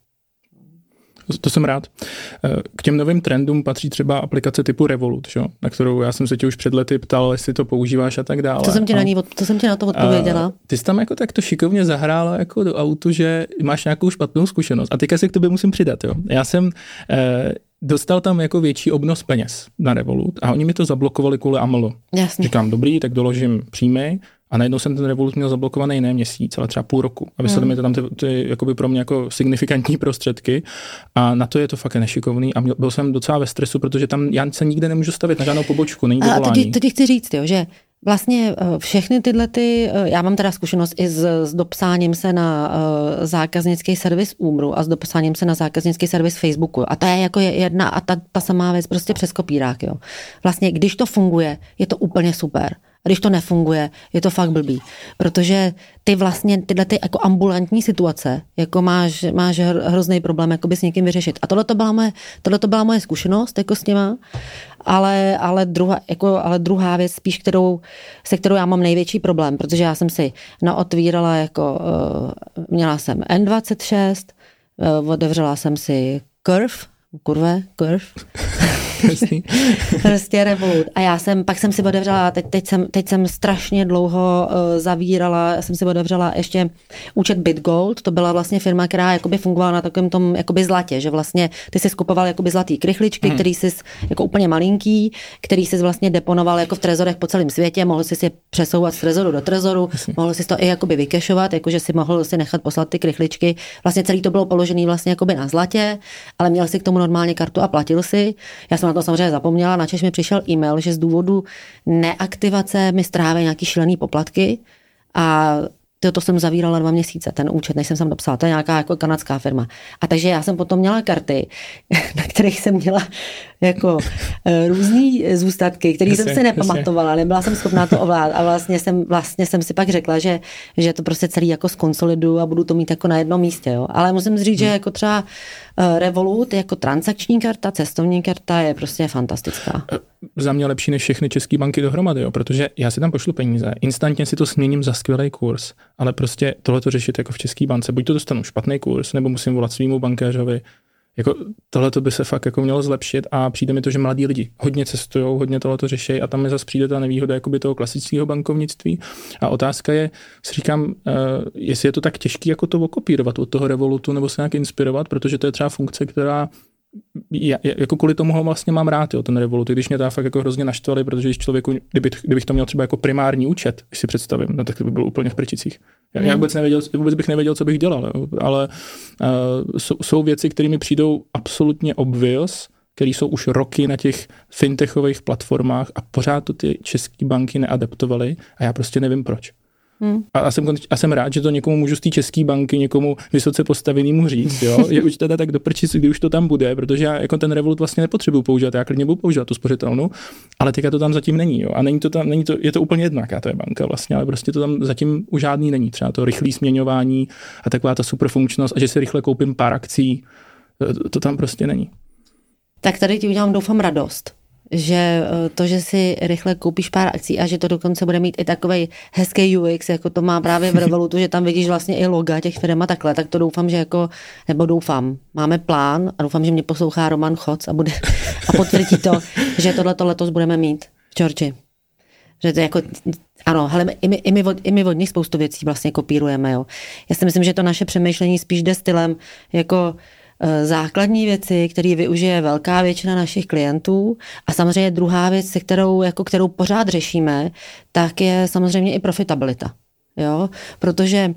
To jsem rád. K těm novým trendům patří třeba aplikace typu Revolut, že? Na kterou já jsem se tě už před lety ptal, jestli to používáš a tak dále. To jsem ti na to odpověděla. Ty jsi tam jako takto šikovně zahrála jako do autu, že máš nějakou špatnou zkušenost. A teďka se k tobě musím přidat. Jo? Já jsem dostal tam jako větší obnos peněz na Revolut a oni mi to zablokovali kvůli AML. Jasně. Říkám, dobrý, tak doložím příjmy. A najednou jsem ten Revolut měl zablokovaný ne měsíc, ale třeba půl roku. A vysvětli mi to tam ty jakoby pro mě jako signifikantní prostředky. A na to je to fakt nešikovný. A byl jsem docela ve stresu, protože tam já se nikde nemůžu stavit na žádnou pobočku, není dovolání. A to ti chci říct, jo, že vlastně všechny tyhle já mám teda zkušenost i s dopsáním se na zákaznický servis Úmru a s dopsáním se na zákaznický servis Facebooku. A to je jako jedna a ta samá věc prostě přes kopírák. Jo. Vlastně, když to funguje, je to úplně super. A když to nefunguje, je to fakt blbý. Protože ty vlastně tyhle jako ambulantní situace, jako máš hrozný problém jakoby s někým vyřešit. A tohle to byla moje zkušenost jako s těma, ale druhá věc spíš, se kterou já mám největší problém, protože já jsem si naotvírala měla jsem N26, otevřela jsem si Curve, Prostě Revolut. A pak jsem si otevřela, teď jsem strašně dlouho zavírala, já jsem si otevřela ještě účet BitGold, to byla vlastně firma, která jakoby fungovala na takovém tom jakoby zlatě, že vlastně ty si skupoval jakoby zlatý krychličky, který jsi jako úplně malinký, který jsi vlastně deponoval jako v trezorech po celém světě, mohl si je přesouvat z trezoru do trezoru, mohl si to i jakoby vykešovat, jakože si mohl si nechat poslat ty krychličky. Vlastně celý to bylo položený vlastně jakoby na zlatě, ale měl si k tomu normálně kartu a platil si. Já jsem na to samozřejmě zapomněla, načež mi přišel e-mail, že z důvodu neaktivace mi strávě nějaký šílený poplatky a to jsem zavírala 2 měsíce, ten účet, než jsem tam dopsala. To je nějaká jako kanadská firma. A takže já jsem potom měla karty, na kterých jsem měla jako různý zůstatky, které jsem si nepamatovala, nebyla jsem schopná to ovládat a vlastně jsem si pak řekla, že to prostě celý jako skonsoliduju a budu to mít jako na jednom místě. Jo. Ale musím říct, že jako třeba Revolut jako transakční karta, cestovní karta je prostě fantastická. Za mě lepší než všechny české banky dohromady, jo, protože já si tam pošlu peníze, instantně si to směním za skvělý kurz, ale prostě tohleto řešit jako v české bance, buď to dostanu špatný kurz, nebo musím volat svýmu bankéřovi. Jako tohleto by se fakt jako mělo zlepšit a přijde mi to, že mladí lidi hodně cestujou, hodně tohleto řeší a tam mi zase přijde ta nevýhoda jakoby toho klasického bankovnictví. A otázka je, si říkám, jestli je to tak těžký jako to okopírovat od toho Revolutu nebo se nějak inspirovat, protože to je třeba funkce, která jako kvůli tomu ho vlastně mám rád, jo, ten Revolut, když mě to fakt jako hrozně naštvali, protože když člověku, kdybych to měl třeba jako primární účet, když si představím, no tak to by bylo úplně v prčicích. Já vůbec bych nevěděl, co bych dělal, jo, ale jsou věci, které mi přijdou absolutně obvious, které jsou už roky na těch fintechových platformách a pořád to ty české banky neadaptovaly a já prostě nevím proč. A jsem rád, že to někomu můžu z té české banky, někomu vysoce postavenému říct, jo, že už teda tak do prčic, kdy už to tam bude, protože já jako ten Revolut vlastně nepotřebuji používat, já klidně budu používat tu spořitelnu, ale teďka to tam zatím není, jo, a je to úplně jedno, jaká to je banka vlastně, ale prostě to tam zatím už žádný není, třeba to rychlé směňování a taková ta super funkčnost a že si rychle koupím pár akcí, to tam prostě není. Tak tady ti udělám, doufám, radost. Že to, že si rychle koupíš pár akcí a že to dokonce bude mít i takovej hezký UX, jako to má právě v Revolutu, že tam vidíš vlastně i loga těch firm a takhle, tak to doufám, že jako, nebo doufám, máme plán a doufám, že mě poslouchá Roman Choc a potvrdí to, že tohleto letos budeme mít v Georgii. Že to jako, ano, ale i my od nich spoustu věcí vlastně kopírujeme, jo. Já si myslím, že to naše přemýšlení spíš jde stylem jako základní věci, které využije velká většina našich klientů a samozřejmě druhá věc, kterou pořád řešíme, tak je samozřejmě i profitabilita. Jo? Protože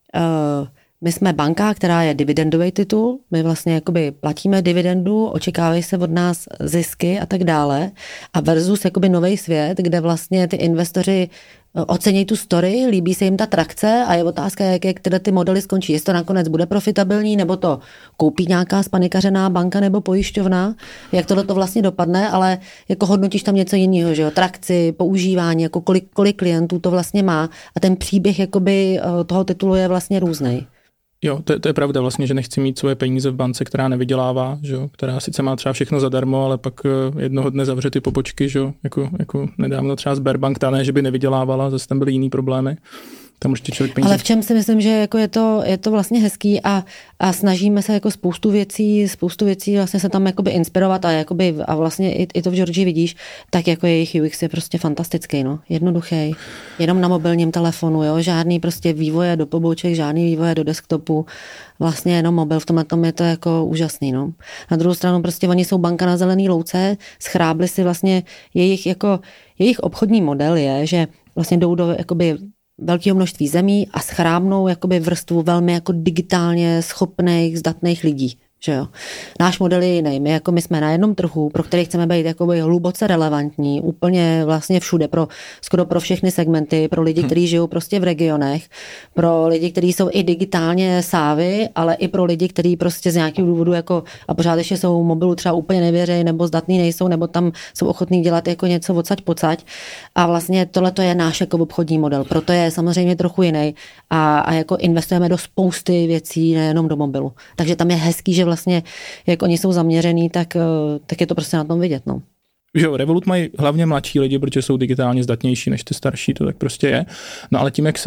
my jsme banka, která je dividendový titul, my vlastně jakoby platíme dividendu, očekávají se od nás zisky a tak dále a versus jakoby nový svět, kde vlastně ty investoři ocení tu story, líbí se jim ta trakce a je otázka, jak tyhle ty modely skončí. Jestli to nakonec bude profitabilní, nebo to koupí nějaká spanikařená banka nebo pojišťovna, jak tohle to vlastně dopadne, ale jako hodnotíš tam něco jiného, že jo, trakci, používání, jako kolik klientů to vlastně má a ten příběh jakoby toho titulu je vlastně různej. Jo, to je pravda vlastně, že nechci mít svoje peníze v bance, která nevydělává, že jo, která sice má třeba všechno zadarmo, ale pak jednoho dne zavře ty pobočky, že jo, jako nedávno třeba Sberbank, ta ne, že by nevydělávala, zase tam byly jiný problémy. Tam určitě člověk peníze. Ale v čem si myslím, že jako je to vlastně hezký a snažíme se jako spoustu věcí vlastně se tam jakoby inspirovat a vlastně i to v Georgii vidíš, tak jako jejich UX je prostě fantastický, no, jednoduchý, jenom na mobilním telefonu, jo, žádný prostě vývoje do poboček, žádný vývoje do desktopu, vlastně jenom mobil, v tomhle tom je to jako úžasný, no. Na druhou stranu prostě oni jsou banka na zelený louce, schrábli si vlastně jejich obchodní model je, že vlastně jdou do jakoby velkého množství zemí a schrábnou jakoby vrstvu velmi jako digitálně schopných, zdatných lidí. Že jo. Náš model je jiný. My jsme na jednom trhu, pro který chceme být jakoby hluboce relevantní, úplně vlastně všude, skoro pro všechny segmenty, pro lidi, kteří žijou prostě v regionech, pro lidi, kteří jsou i digitálně sávy, ale i pro lidi, kteří prostě z nějakého důvodu jako a pořád ještě jsou mobilu třeba úplně nevěří, nebo zdatní nejsou, nebo tam jsou ochotní dělat jako něco odsaď pocať. A vlastně tohle je náš jako obchodní model. Proto je samozřejmě trochu jiný a jako investujeme do spousty věcí, nejenom do mobilu. Takže tam je hezký, že vlastně, jak oni jsou zaměřený, tak je to prostě na tom vidět, no. Jo, Revolut mají hlavně mladší lidi, protože jsou digitálně zdatnější než ty starší, to tak prostě je. No ale tím, jak se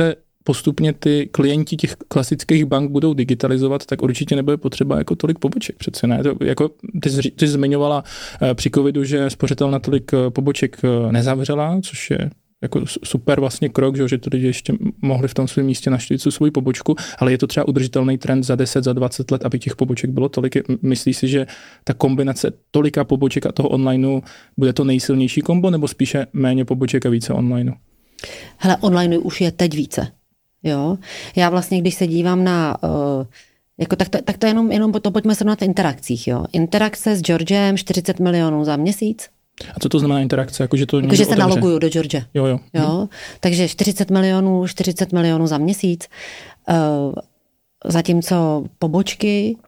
postupně ty klienti těch klasických bank budou digitalizovat, tak určitě nebude potřeba jako tolik poboček. Přece ne. To, jako ty zmiňovala při covidu, že spořitelna tolik poboček nezavřela, což je jako super vlastně krok, že to lidi ještě mohli v tom svém místě naštívit svou pobočku, ale je to třeba udržitelný trend za 10, za 20 let, aby těch poboček bylo tolik. Myslíš si, že ta kombinace tolika poboček a toho onlineu bude to nejsilnější kombo, nebo spíše méně poboček a více onlineu? Hele, online už je teď více. Jo? Já vlastně, když se dívám na... Jako tak to jenom to pojďme srovnat v interakcích. Jo? Interakce s Georgem 40 milionů za měsíc. A co to znamená interakce? Jako, že se naloguju do George. Jo? Takže 40 milionů za měsíc. Zatímco pobočky,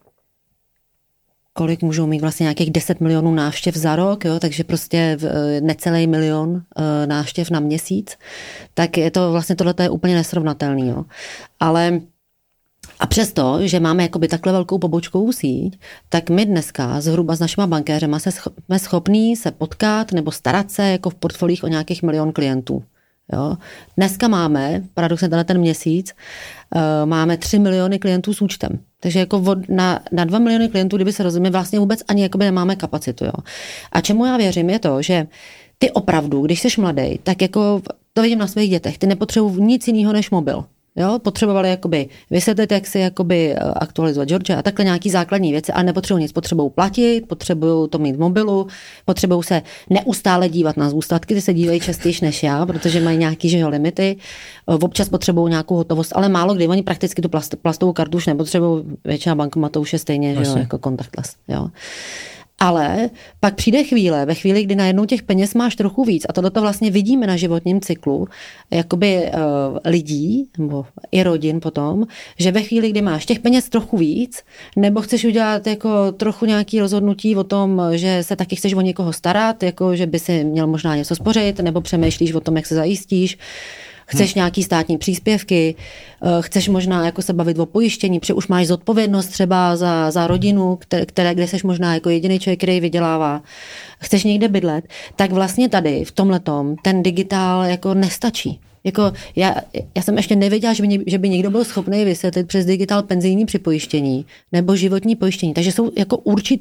kolik můžou mít vlastně nějakých 10 milionů návštěv za rok, jo? Takže prostě necelý milion návštěv na měsíc, tak je to vlastně tohleto je úplně nesrovnatelný. Jo? Ale a přesto, že máme jakoby takhle velkou pobočkovou síť, tak my dneska zhruba s našima bankéřema jsme schopní se potkat nebo starat se jako v portfoliích o nějakých 1 milion klientů. Jo? Dneska máme, paradoxně ten měsíc, máme 3 miliony klientů s účtem. Takže jako na 2 miliony klientů, kdyby se rozumíme, vlastně vůbec ani jakoby nemáme kapacitu. Jo? A čemu já věřím je to, že ty opravdu, když jsi mladý, tak jako to vidím na svých dětech, ty nepotřebují nic jiného než mobil. Jo, potřebovali jakoby vysvětlit, jak si jakoby aktualizovat George a takhle nějaký základní věci, ale nepotřebují nic, potřebují platit, potřebují to mít v mobilu, potřebují se neustále dívat na zůstatky, ty se dívají častěji než já, protože mají nějaký limity, občas potřebují nějakou hotovost, ale málo kdy, oni prakticky tu plastovou kartu už nepotřebují, většina bankomatů už je stejně, že jo, jako contactless, jo. Ale pak přijde ve chvíli, kdy najednou těch peněz máš trochu víc a tohleto vlastně vidíme na životním cyklu jakoby lidí, nebo i rodin potom, že ve chvíli, kdy máš těch peněz trochu víc, nebo chceš udělat jako trochu nějaký rozhodnutí o tom, že se taky chceš o někoho starat, jako že by si měl možná něco spořit, nebo přemýšlíš o tom, jak se zajistíš, chceš nějaký státní příspěvky, chceš možná jako se bavit o pojištění, protože už máš zodpovědnost třeba za rodinu, kde jsi možná jako jediný člověk, který vydělává, chceš někde bydlet, tak vlastně tady v tomhletom ten digitál jako nestačí. Jako já jsem ještě nevěděla, že by někdo byl schopný vysvětlit přes digitál penzijní připojištění nebo životní pojištění. Takže jsou jako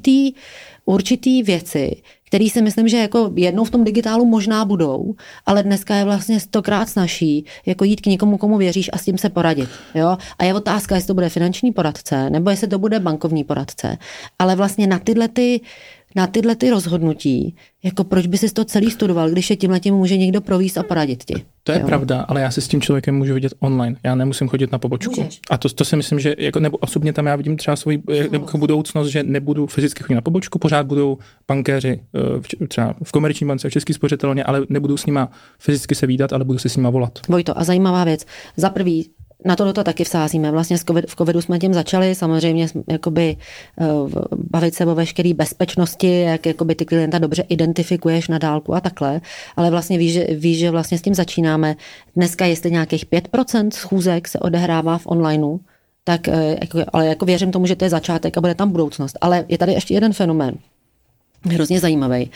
určitý věci, který si myslím, že jako jednou v tom digitálu možná budou, ale dneska je vlastně 100krát snazší jako jít k někomu, komu věříš a s tím se poradit. Jo? A je otázka, jestli to bude finanční poradce, nebo jestli to bude bankovní poradce. Ale vlastně na tyhle rozhodnutí, jako proč by si to celý studoval, když je tímhletím může někdo províst a poradit ti. To je pravda, ale já se s tím člověkem můžu vidět online. Já nemusím chodit na pobočku. Můžeš. A to si myslím, že jako, nebo osobně tam já vidím třeba svoji jako budoucnost, že nebudu fyzicky chodit na pobočku, pořád budou bankéři třeba v Komerční bance, v České spořitelně, ale nebudu s nima fyzicky se vídat, ale budu se s nima volat. Vojto, a zajímavá věc. Za prvý, na to taky vsázíme. Vlastně v covidu jsme tím začali, samozřejmě jakoby bavit se o veškeré bezpečnosti, jak jakoby ty klienta dobře identifikuješ na dálku a takhle, ale vlastně víš, že vlastně s tím začínáme. Dneska jestli nějakých 5% schůzek se odehrává v onlineu, tak ale jako věřím tomu, že to je začátek a bude tam budoucnost. Ale je tady ještě jeden fenomén, hrozně zajímavý.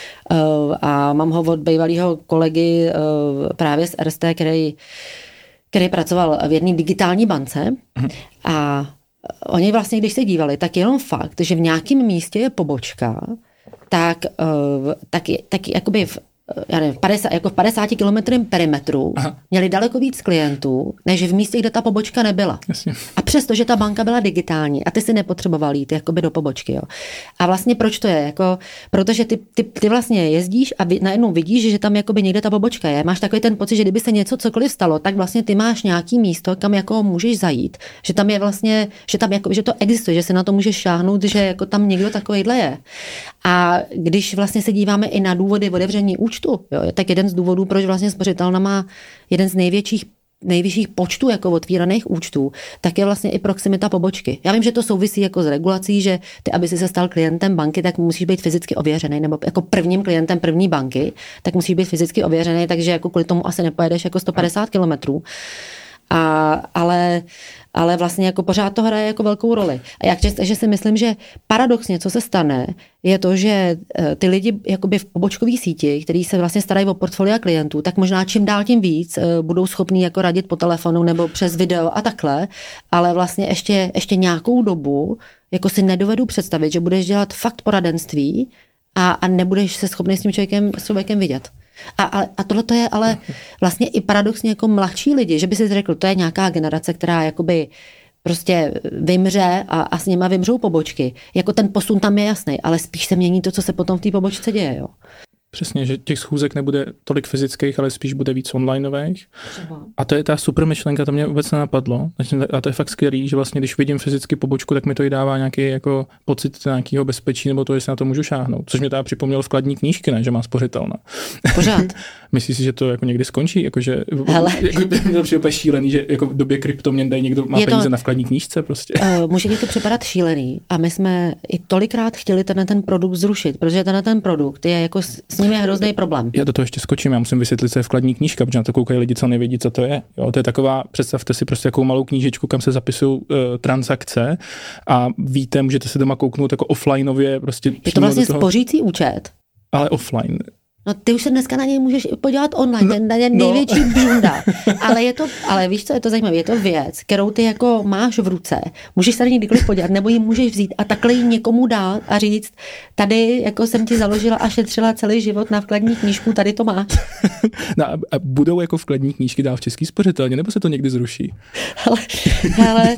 A mám ho od bývalého kolegy právě z RST, který pracoval v jedné digitální bance a oni vlastně, když se dívali, tak jenom fakt, že v nějakém místě je pobočka, tak jakoby v 50 kilometrem perimetru měli daleko víc klientů, než v místě, kde ta pobočka nebyla. Jasně. A přesto, že ta banka byla digitální a ty si nepotřeboval jít jakoby do pobočky. Jo. A vlastně proč to je? Jako, protože ty vlastně jezdíš a najednou vidíš, že tam jakoby někde ta pobočka je. Máš takový ten pocit, že kdyby se cokoliv stalo, tak vlastně ty máš nějaký místo, kam jako můžeš zajít. Že tam je vlastně, že to existuje, že se na to můžeš šáhnout, že jako tam někdo takovejhle je. A když vlastně se díváme i na důvody otevření účtu, jo, tak jeden z důvodů, proč vlastně spořitelna má jeden z nejvyšších počtů jako otvíraných účtů, tak je vlastně i proximita pobočky. Já vím, že to souvisí jako s regulací, že ty, aby si se stal klientem banky, tak musíš být fyzicky ověřený, nebo jako prvním klientem první banky, tak musíš být fyzicky ověřený, takže jako kvůli tomu asi nepojedeš jako 150 kilometrů. Ale vlastně jako pořád to hraje jako velkou roli. A takže si myslím, že paradoxně, co se stane, je to, že ty lidi jakoby v pobočkové síti, kteří se vlastně starají o portfolia klientů, tak možná čím dál tím víc budou schopní jako radit po telefonu nebo přes video a takhle, ale vlastně ještě nějakou dobu jako si nedovedu představit, že budeš dělat fakt poradenství a nebudeš se schopný s tím člověkem vidět. A tohle to je ale vlastně i paradoxně jako mladší lidi, že by si řekl, to je nějaká generace, která jakoby prostě vymře a s nima vymřou pobočky. Jako ten posun tam je jasný, ale spíš se mění to, co se potom v té pobočce děje, jo. Přesně, že těch schůzek nebude tolik fyzických, ale spíš bude víc onlineových. A to je ta super myšlenka, to mě vůbec nenapadlo. A to je fakt skvělý, že vlastně, když vidím fyzicky pobočku, tak mi to i dává nějaký jako pocit nějakého bezpečí, nebo to, že se na to můžu šáhnout. Což mě teda připomnělo vkladní knížky, ne, že má spořitelná. Pořád. Myslíš si, že to jako někdy skončí? Jakože, to přijde úplně šílený, že jako v době kryptoměn dají někdo má peníze na vkladní knížce prostě. Může ti to připadat šílený a my jsme i tolikrát chtěli ten produkt zrušit, protože ten produkt je jako s ním je hrozný problém. Já do toho ještě skočím, já musím vysvětlit, co je vkladní knížka, protože na to koukají lidi, co nevědí, co to je. Jo, to je taková, představte si prostě takovou malou knížečku, kam se zapisují transakce a víte, můžete se doma kouknout jako offlineově. Prostě je to vlastně spořící účet. Ale offline. No ty už se dneska na něj můžeš podívat online, ten je největší bunda. Ale víš, co je to zajímavé? Je to věc, kterou ty jako máš v ruce, můžeš se na ní kdykoliv podívat, nebo ji můžeš vzít a takhle ji někomu dát a říct, tady jako jsem ti založila a šetřila celý život na vkladní knížku, tady to máš. No a budou jako vkladní knížky dál v Český spořitelně, nebo se to někdy zruší? Ale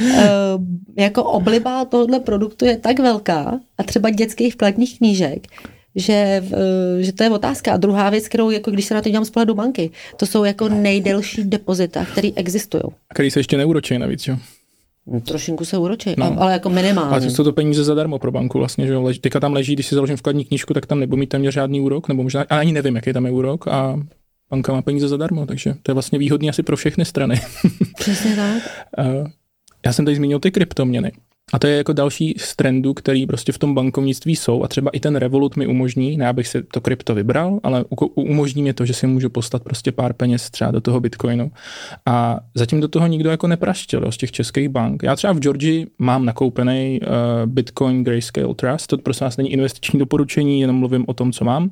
jako obliba tohohle produktu je tak velká a třeba dětských vkladních knížek, že to je otázka. A druhá věc, kterou, jako když se na to dělám z pohledu banky, to jsou jako nejdelší depozita, které existují. A který se ještě neuročí navíc, jo? Trošinku se uročí, ale jako minimálně. Ale jsou to peníze zadarmo pro banku vlastně, že jo? Teďka tam leží, když si založím vkladní knížku, tak tam nebudu mít téměř žádný úrok, nebo možná, ani nevím, jaký tam je úrok a banka má peníze zadarmo, takže to je vlastně výhodný asi pro všechny strany. Přesně tak. Já jsem tady zmínil ty kryptoměny. A to je jako další z trendů, který prostě v tom bankovnictví jsou a třeba i ten Revolut mi umožní, ne abych si to krypto vybral, ale umožní mě to, že si můžu poslat prostě pár peněz třeba do toho Bitcoinu. A zatím do toho nikdo jako nepraštil z těch českých bank. Já třeba v Georgii mám nakoupený Bitcoin Grayscale Trust, to prostě vás není investiční doporučení, jenom mluvím o tom, co mám.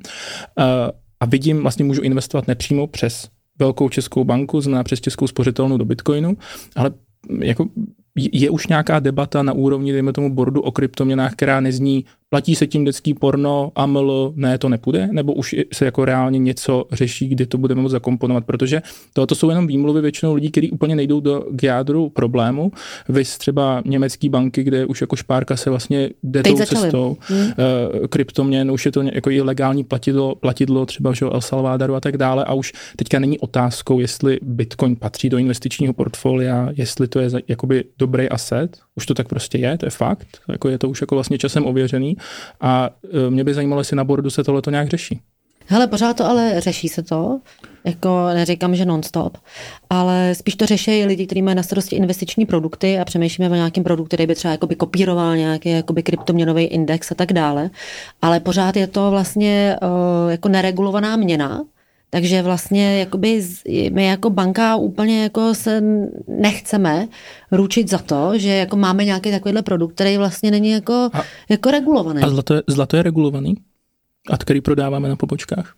A vidím, vlastně můžu investovat nepřímo přes velkou českou banku, znamená přes českou spořitelnu do Bitcoinu, ale jako je už nějaká debata na úrovni, dejme tomu boardu o kryptoměnách, která nezní, platí se tím dětský porno, AML, ne, to nepůjde, nebo už se jako reálně něco řeší, kdy to budeme moct zakomponovat, protože tohoto jsou jenom výmluvy většinou lidí, kteří úplně nejdou k jádru problému. Vys třeba německý banky, kde už jako špárka se vlastně jde tou cestou kryptoměn, už je to jako i legální platidlo třeba že El Salvadoru a tak dále a už teďka není otázkou, jestli Bitcoin patří do investičního portfolia, jestli to je jakoby dobrý asset, už to tak prostě je, to je fakt, jako je to už jako vlastně časem ověřený a mě by zajímalo, jestli na boardu se tohleto nějak řeší. Hele, pořád to ale řeší se to, jako neříkám, že non-stop, ale spíš to řeší lidi, kteří mají na starosti investiční produkty a přemýšlíme o nějakém produktu, který by třeba jakoby kopíroval nějaký jakoby kryptoměnový index a tak dále, ale pořád je to vlastně jako neregulovaná měna. Takže vlastně jakoby my jako banka úplně jako se nechceme ručit za to, že jako máme nějaký takovýhle produkt, který vlastně není jako regulovaný. A zlato je regulovaný? A který prodáváme na pobočkách?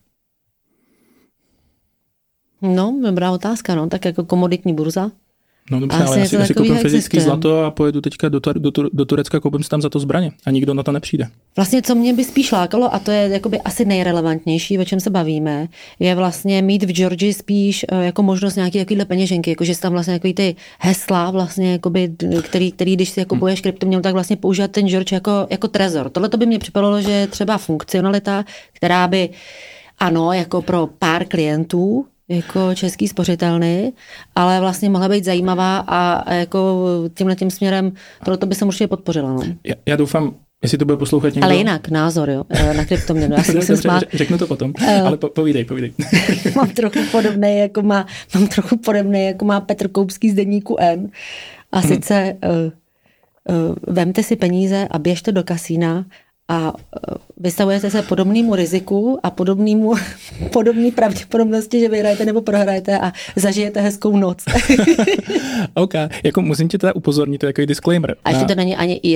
No, dobrá otázka, no, tak jako komoditní burza. No dobře, ale já si koupím fyzický zlato a pojedu teďka do Turecka, koupím si tam za to zbraně a nikdo na to nepřijde. Vlastně, co mě by spíš lákalo, a to je jakoby asi nejrelevantnější, o čem se bavíme, je vlastně mít v Georgii spíš jako možnost nějaký takovýhle peněženky, jakože tam vlastně takový ty hesla, vlastně, jakoby, který když si jako kupuješ kryptoměnu, tak vlastně používat ten George jako trezor. Tohle to by mě připadalo, že je třeba funkcionalita, která by, ano, jako pro pár klientů, jako český spořitelny, ale vlastně mohla být zajímavá a jako tímhletím směrem tohleto by se určitě podpořila. No. Já doufám, jestli to bude poslouchat někdo. Ale jinak, názor, jo, na kryptoměnu. Řeknu to potom, ale povídej. Mám trochu podobný, jako má Petr Koupský z deníku N. A sice vemte si peníze a běžte do kasína a vystavujete se podobnému riziku a podobné pravděpodobnosti, že vyhrajete nebo prohrajete a zažijete hezkou noc. OK, jako musím tě teda upozornit, to je jako disclaimer. A ještě to není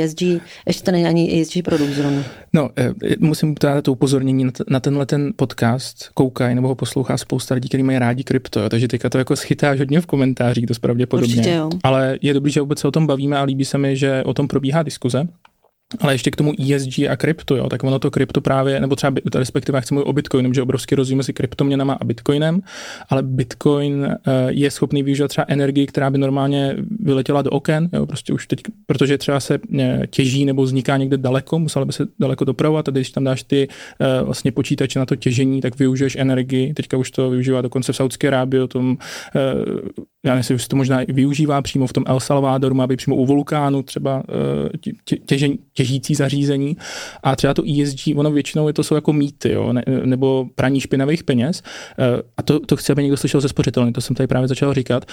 ani ESG produkt zrovna. No, musím dát to upozornění na tenhle ten podcast, koukají nebo ho poslouchá spousta lidí, kteří mají rádi krypto, takže teďka to jako schytáš hodně v komentářích, dost pravděpodobně. Určitě jo. Ale je dobrý, že vůbec se o tom bavíme a líbí se mi, že o tom probíhá diskuze. Ale ještě k tomu ESG a krypto, jo, tak ono to krypto právě, nebo třeba respektive já chci mluvit o Bitcoinu, že obrovský rozdíl mezi kryptoměnama a Bitcoinem, ale Bitcoin je schopný využívat třeba energii, která by normálně vyletěla do oken, jo, prostě už teď, protože třeba se těží nebo vzniká někde daleko, musela by se daleko dopravovat, a když tam dáš ty vlastně počítače na to těžení, tak využiješ energii, teďka už to využívá dokonce v Saudské Arábii, o tom, já nevím, jestli to možná využívá přímo v tom El Salvadoru, má být přímo u vulkánu třeba těžící zařízení, a třeba to ESG, ono většinou jsou jako mýty, jo, nebo praní špinavých peněz, a to chci, aby někdo slyšel ze spořitelny, to jsem tady právě začal říkat.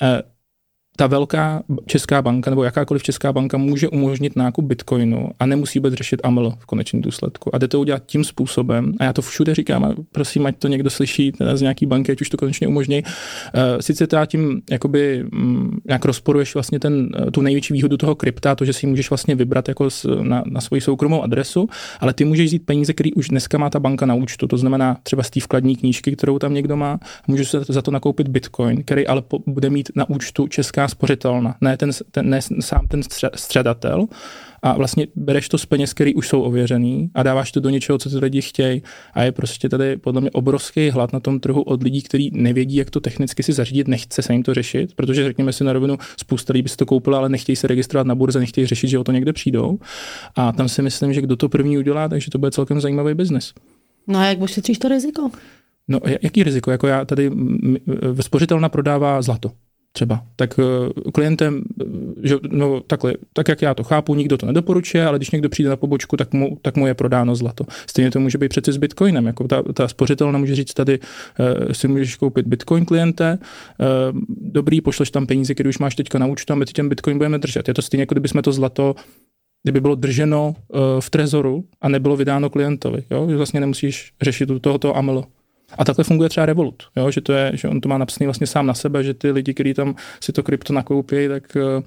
Ta velká česká banka nebo jakákoliv česká banka může umožnit nákup Bitcoinu a nemusí vůbec řešit AML v konečném důsledku. A jde to udělat tím způsobem, a já to všude říkám, a prosím, ať to někdo slyší teda z nějaký banky, ať už to konečně umožní. Sice teda tím jakoby nějak rozporuješ vlastně tu největší výhodu toho krypta, to, že si můžeš vlastně vybrat jako na svoji soukromou adresu, ale ty můžeš vzít peníze, které už dneska má ta banka na účtu. To znamená třeba z té vkladní knížky, kterou tam někdo má, můžeš se za to nakoupit Bitcoin, který ale bude mít na účtu česká spořitelna, ne sám ten středatel, a vlastně bereš to z peněz, který už jsou ověřený, a dáváš to do něčeho, co ty lidi chtějí, a je prostě tady podle mě obrovský hlad na tom trhu od lidí, kteří nevědí, jak to technicky si zařídit, nechce se jim to řešit, protože řekněme si na rovinu, spousta lidí by si to koupila, ale nechtějí se registrovat na burze, nechtějí řešit, že o to někde přijdou, a tam si myslím, že kdo to první udělá, takže to bude celkem zajímavý biznis. No a jak ošetříš to riziko? No, jaký riziko? Jako já tady spořitelna prodává zlato. Třeba. Tak klientem, že, no takhle, tak jak já to chápu, nikdo to nedoporučuje, ale když někdo přijde na pobočku, tak mu je prodáno zlato. Stejně to může být přeci s Bitcoinem. Jako ta spořitelna může říct, tady si můžeš koupit Bitcoin kliente, dobrý, pošleš tam peníze, které už máš teďka na účtu, a my ten Bitcoin budeme držet. Je to stejně, jako kdybychom to zlato, kdyby bylo drženo v trezoru a nebylo vydáno klientovi. Jo? Že vlastně nemusíš řešit tohoto AML. A takhle funguje třeba Revolut, jo? Že on to má napsaný vlastně sám na sebe, že ty lidi, kteří tam si to krypto nakoupí, tak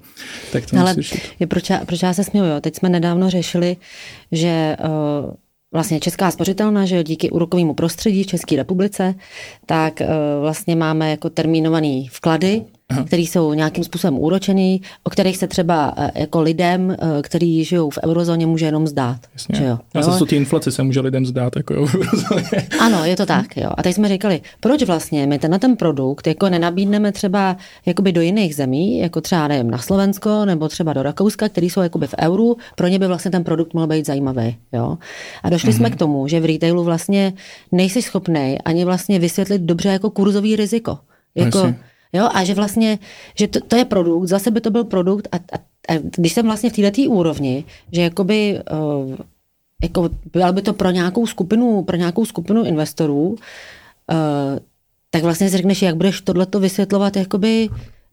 to musí řešit. Proč já se směju, jo? Teď jsme nedávno řešili, že vlastně Česká spořitelna, že díky úrokovému prostředí v České republice, tak vlastně máme jako termínovaný vklady, které jsou nějakým způsobem úročený, o kterých se třeba jako lidem, kteří žijou v eurozóně, může jenom zdát. Jasně. Že jo? A zase ty inflace se může lidem zdát jako v eurozóně. Ano, je to tak. Jo. A teď jsme říkali, proč vlastně my ten produkt jako nenabídneme třeba jakoby do jiných zemí, jako třeba nevím, na Slovensko nebo třeba do Rakouska, který jsou jakoby v euru, pro ně by vlastně ten produkt mohl být zajímavý. Jo. A došli jsme k tomu, že v retailu vlastně nejsi schopnej ani vlastně vysvětlit dobře jako kurzový riziko. Jako, jo, a že vlastně, že to je produkt, zase by to byl produkt, a když jsem vlastně v této úrovni, že jakoby, jako byl by to pro nějakou skupinu investorů, tak vlastně si řekneš, jak budeš tohleto vysvětlovat jakoby,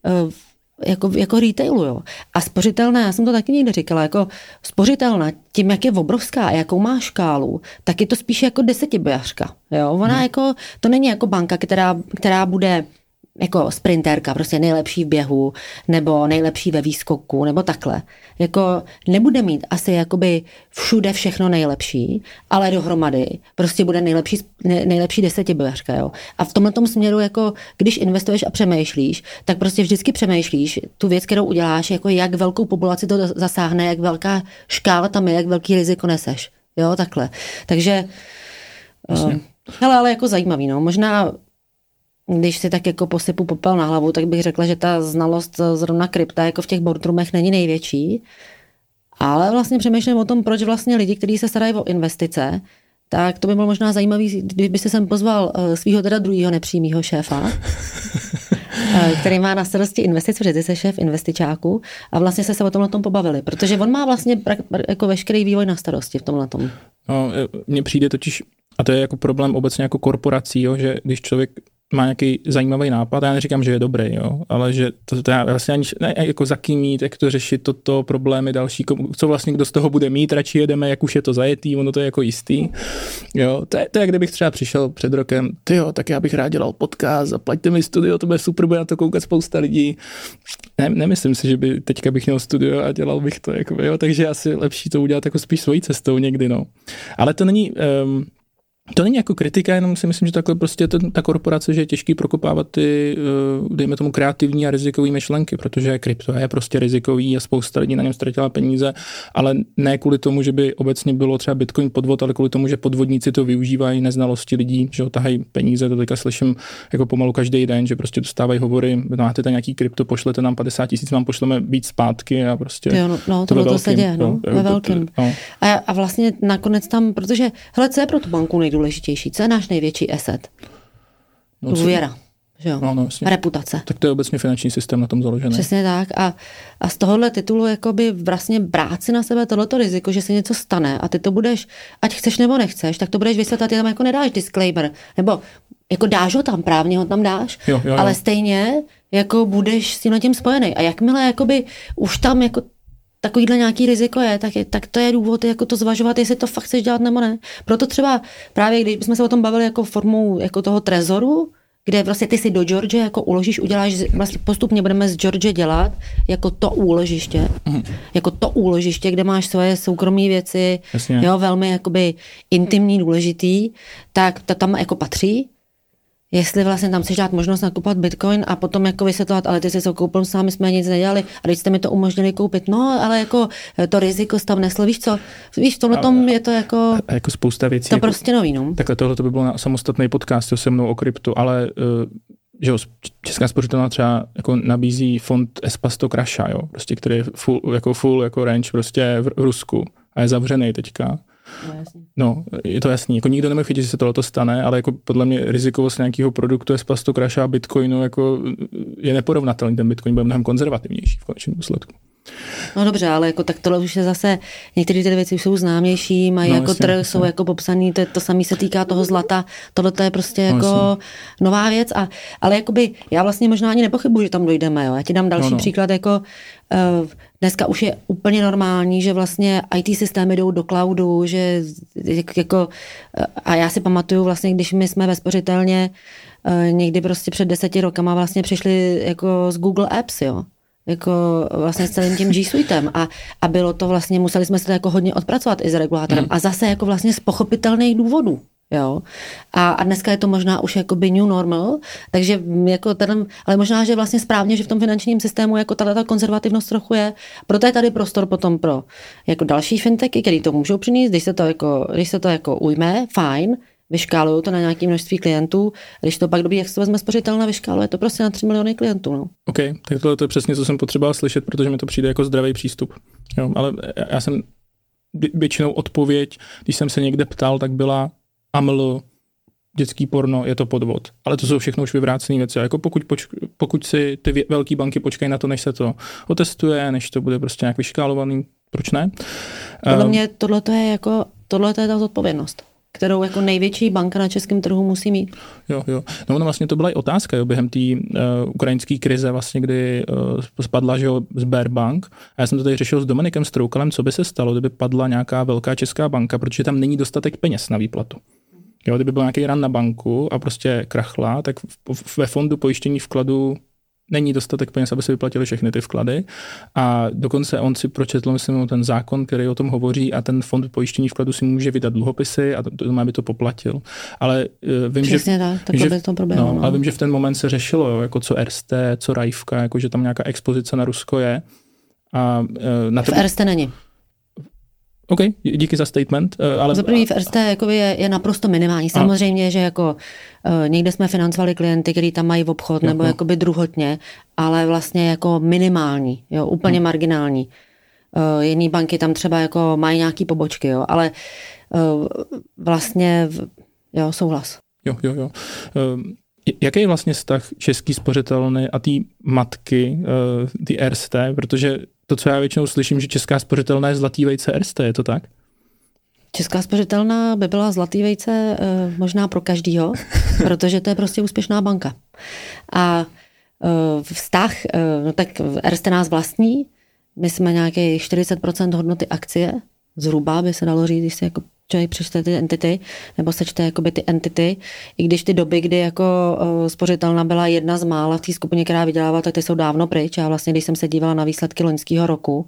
jako retailu, jo. A spořitelná, já jsem to taky někde říkala, jako spořitelná, tím, jak je obrovská a jakou má škálu, tak je to spíš jako desetibojařka, jo. Ona jako, to není jako banka, která bude jako sprinterka, prostě nejlepší v běhu, nebo nejlepší ve výskoku, nebo takhle. Jako nebude mít asi jakoby všude všechno nejlepší, ale dohromady prostě bude nejlepší desetibojařka, jo. A v tomhletom směru, jako když investuješ a přemýšlíš, tak prostě vždycky přemýšlíš tu věc, kterou uděláš, jako jak velkou populaci to zasáhne, jak velká škála tam je, jak velký riziko neseš. Jo, takhle. Takže ale jako zajímavý, no. Možná když si tak jako posypu popel na hlavu, tak bych řekla, že ta znalost zrovna krypta jako v těch boardroomech není největší. Ale vlastně přemýšlím o tom, proč vlastně lidi, kteří se starají o investice, tak to by bylo možná zajímavý, kdybyste sem pozval svého teda druhého nepřímého šéfa, který má na starosti investice, protože ty jsi šéf investičáku, a vlastně se o tomhletom pobavili, protože on má vlastně jako veškerý vývoj na starosti v tomhletom. No, mně přijde totiž, a to je jako problém obecně jako korporací, jo, že když člověk má nějaký zajímavý nápad, já neříkám, že je dobrý, jo, ale že to já vlastně ani jako za kým jít, jak to řešit, toto problémy další, co vlastně kdo z toho bude mít, radši jedeme, jak už je to zajetý, ono to je jako jistý. Jo, to je jak kdybych třeba přišel před rokem, tyjo, tak já bych rád dělal podcast, zaplaťte mi studio, to bude super, bude na to koukat spousta lidí. Nemyslím si, že by teďka bych měl studio a dělal bych to, jako, jo, takže asi lepší to udělat jako spíš svojí cestou někdy, no. Ale to není jako kritika, jenom si myslím, že takhle prostě ta korporace, že je těžký prokopávat ty, dejme tomu, kreativní a rizikový myšlenky, protože krypto je prostě rizikový a spousta lidí na něm ztratila peníze, ale ne kvůli tomu, že by obecně bylo třeba Bitcoin podvod, ale kvůli tomu, že podvodníci to využívají, neznalosti lidí, že tahají peníze, to teďka slyším jako pomalu každý den, že prostě dostávají hovory, máte tam nějaký krypto, pošlete nám 50 000, vám pošleme víc zpátky a prostě. Jo, no, to se děje, ve velkém. No. A vlastně nakonec tam, protože hele, co je pro tu banku nejdůležitější? Co je náš největší asset? Důvěra. No, reputace. Tak to je obecně finanční systém na tom založený. Přesně tak. A z tohohle titulu jakoby vlastně brát si na sebe tohleto riziko, že se něco stane a ty to budeš, ať chceš nebo nechceš, tak to budeš vysvětlit, ty tam jako nedáš disclaimer. Nebo jako dáš ho tam, právně ho tam dáš, jo. Ale stejně jako budeš s tím spojený. A jakmile jakoby už tam jako takovýhle nějaký riziko je, tak to je důvod jako to zvažovat, jestli to fakt chceš dělat nebo ne. Proto třeba právě, když jsme se o tom bavili jako formou jako toho trezoru, kde vlastně ty si do George jako uložíš, uděláš, vlastně postupně budeme z George dělat jako to úložiště, kde máš svoje soukromé věci, jo, velmi jakoby intimní, důležitý, tak to tam jako patří. Jestli vlastně tam chceš dát možnost nakupovat Bitcoin a potom jako vysvětlovat, ale ty jsi to koupil sám, my jsme nic nedělali a teď jste mi to umožnili koupit. No, ale jako to riziko jsi tam nesl, víš co? Víš, v tomhle tom je to jako... A jako spousta věcí. To jako, prostě nový, no. Takhle tohle by bylo na samostatný podcast se mnou o kryptu, ale že jo, Česká spořitelna třeba jako nabízí fond Espasto Crasha, jo, prostě, který je full jako range prostě v Rusku a je zavřený teďka. No, je to jasný. Jako nikdo nemůže chytit, že se tohleto stane, ale jako podle mě rizikovost nějakého produktu je Espasto Crasha a Bitcoinu jako je neporovnatelný. Ten Bitcoin bude mnohem konzervativnější v konečném důsledku. No dobře, ale jako tak tohle už je zase, některé ty věci už jsou známější, mají jako jasně, trh, jsou jako popsaný, to samé se týká toho zlata, tohle je prostě jako nová věc, ale jakoby já vlastně možná ani nepochybuji, že tam dojdeme, jo. Já ti dám další příklad, jako dneska už je úplně normální, že vlastně IT systémy jdou do cloudu, že jako, a já si pamatuju vlastně, když my jsme ve spořitelně někdy prostě před 10 rokama vlastně přišli jako z Google Apps, jo. Jako vlastně s celým tím G Suitem a bylo to vlastně, museli jsme se to jako hodně odpracovat i s regulátorem a zase jako vlastně z pochopitelných důvodů, jo. A dneska je to možná už jakoby new normal, takže jako ale možná, že vlastně správně, že v tom finančním systému jako ta konzervativnost trochu je, proto je tady prostor potom pro jako další fintechy, který to můžou přinést, když se to jako ujme, fajn, vyškálují to na nějaké množství klientů, když to pak dobí, jak se to vezme spořitelna, vyškáluje to prostě na 3 miliony klientů. No. OK, tak to je přesně, co jsem potřeboval slyšet, protože mi to přijde jako zdravý přístup. Jo, ale já jsem většinou odpověď, když jsem se někde ptal, tak byla AML, dětský porno, je to podvod. Ale to jsou všechno už vyvrácené věci. A jako pokud si ty velké banky počkají na to, než se to otestuje, než to bude prostě nějak vyškálovaný, proč ne? Podle mě tohle je ta zodpovědnost, kterou jako největší banka na českém trhu musí mít. Jo. No vlastně to byla i otázka, jo, během té ukrajinské krize vlastně, kdy spadla, že jo, Sberbank. A já jsem to tady řešil s Dominikem Stroukalem, co by se stalo, kdyby padla nějaká velká česká banka, protože tam není dostatek peněz na výplatu. Jo, kdyby byl nějaký run na banku a prostě krachla, tak ve fondu pojištění vkladu není dostatek peněz, aby se vyplatili všechny ty vklady. A dokonce on si pročetl, myslím, ten zákon, který o tom hovoří a ten fond pojištění vkladu si může vydat dluhopisy a to má by to poplatil. Ale vím, přesně že by to proběhlo. Ale vím, že v ten moment se řešilo, jo, jako co RST, co Rajvka, jako že tam nějaká expozice na Rusko je. A na to... V RST není. OK, díky za statement. Ale... Za první v RST je naprosto minimální. Samozřejmě, že jako někde jsme financovali klienty, kteří tam mají v obchod, nebo jakoby druhotně, ale vlastně jako minimální, jo, úplně marginální. Jiný banky tam třeba jako mají nějaký pobočky, jo, ale vlastně, jo, souhlas. Jo. Jaký je vlastně vztah Český spořitelny a té matky, ty RST, protože to, co já většinou slyším, že Česká spořitelna je zlatý vejce RST, je to tak? Česká spořitelna by byla zlatý vejce možná pro každýho, protože to je prostě úspěšná banka. A vztah, no tak Erste nás vlastní, my jsme nějaký 40% hodnoty akcie, zhruba by se dalo říct, když si jako člověk přečte ty entity, nebo sečte jakoby ty entity, i když ty doby, kdy jako spořitelna byla jedna z mála v té skupině, která vydělávala, tak ty jsou dávno pryč. A vlastně, když jsem se dívala na výsledky loňského roku,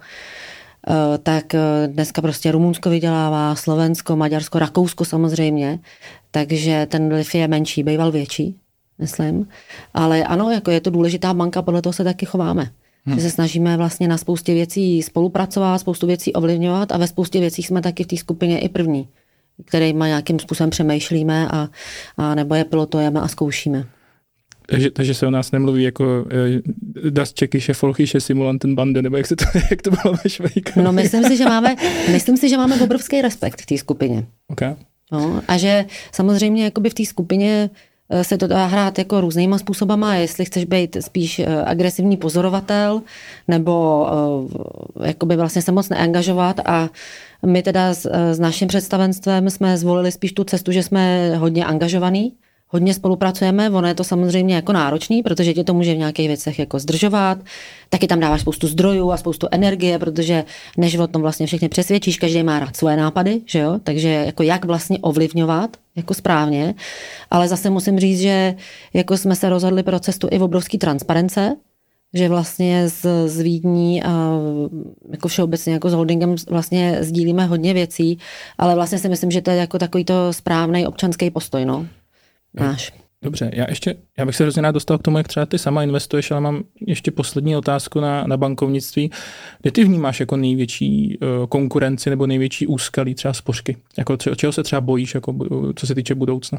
tak dneska prostě Rumunsko vydělává, Slovensko, Maďarsko, Rakousko samozřejmě, takže ten vliv je menší, býval větší, myslím. Ale ano, jako je to důležitá banka, podle toho se taky chováme. Že se snažíme vlastně na spoustě věcí spolupracovat, spoustu věcí ovlivňovat a ve spoustě věcí jsme taky v té skupině i první, kterýma nějakým způsobem přemýšlíme a nebo je pilotujeme a zkoušíme. Takže se o nás nemluví jako das Tschechische Volkische Simulantenbande, nebo jak to bylo ve Švejku? No myslím si, že máme obrovský respekt v té skupině. Okay. No, a že samozřejmě jakoby v té skupině se to dá hrát jako různýma způsobama, jestli chceš být spíš agresivní pozorovatel, nebo jakoby vlastně se moc neangažovat a my teda s naším představenstvem jsme zvolili spíš tu cestu, že jsme hodně angažovaní, hodně spolupracujeme, ono je to samozřejmě jako náročný, protože tě to může v nějakých věcech jako zdržovat, taky tam dáváš spoustu zdrojů a spoustu energie, protože než o tom vlastně všechny přesvědčíš, každý má rád svoje nápady, že jo, takže jako jak vlastně ovlivňovat jako správně, ale zase musím říct, že jako jsme se rozhodli pro cestu i v obrovský transparence, že vlastně z Vídní a jako všeobecně jako s holdingem vlastně sdílíme hodně věcí, ale vlastně si myslím, že to je jako takový to správný občanský postoj, no. Náš. Dobře, já bych se hrozně rád dostal k tomu, jak třeba ty sama investuješ, ale mám ještě poslední otázku na bankovnictví. Kde ty vnímáš jako největší konkurenci nebo největší úskalí třeba spořky? Jako čeho se třeba bojíš, jako, co se týče budoucna?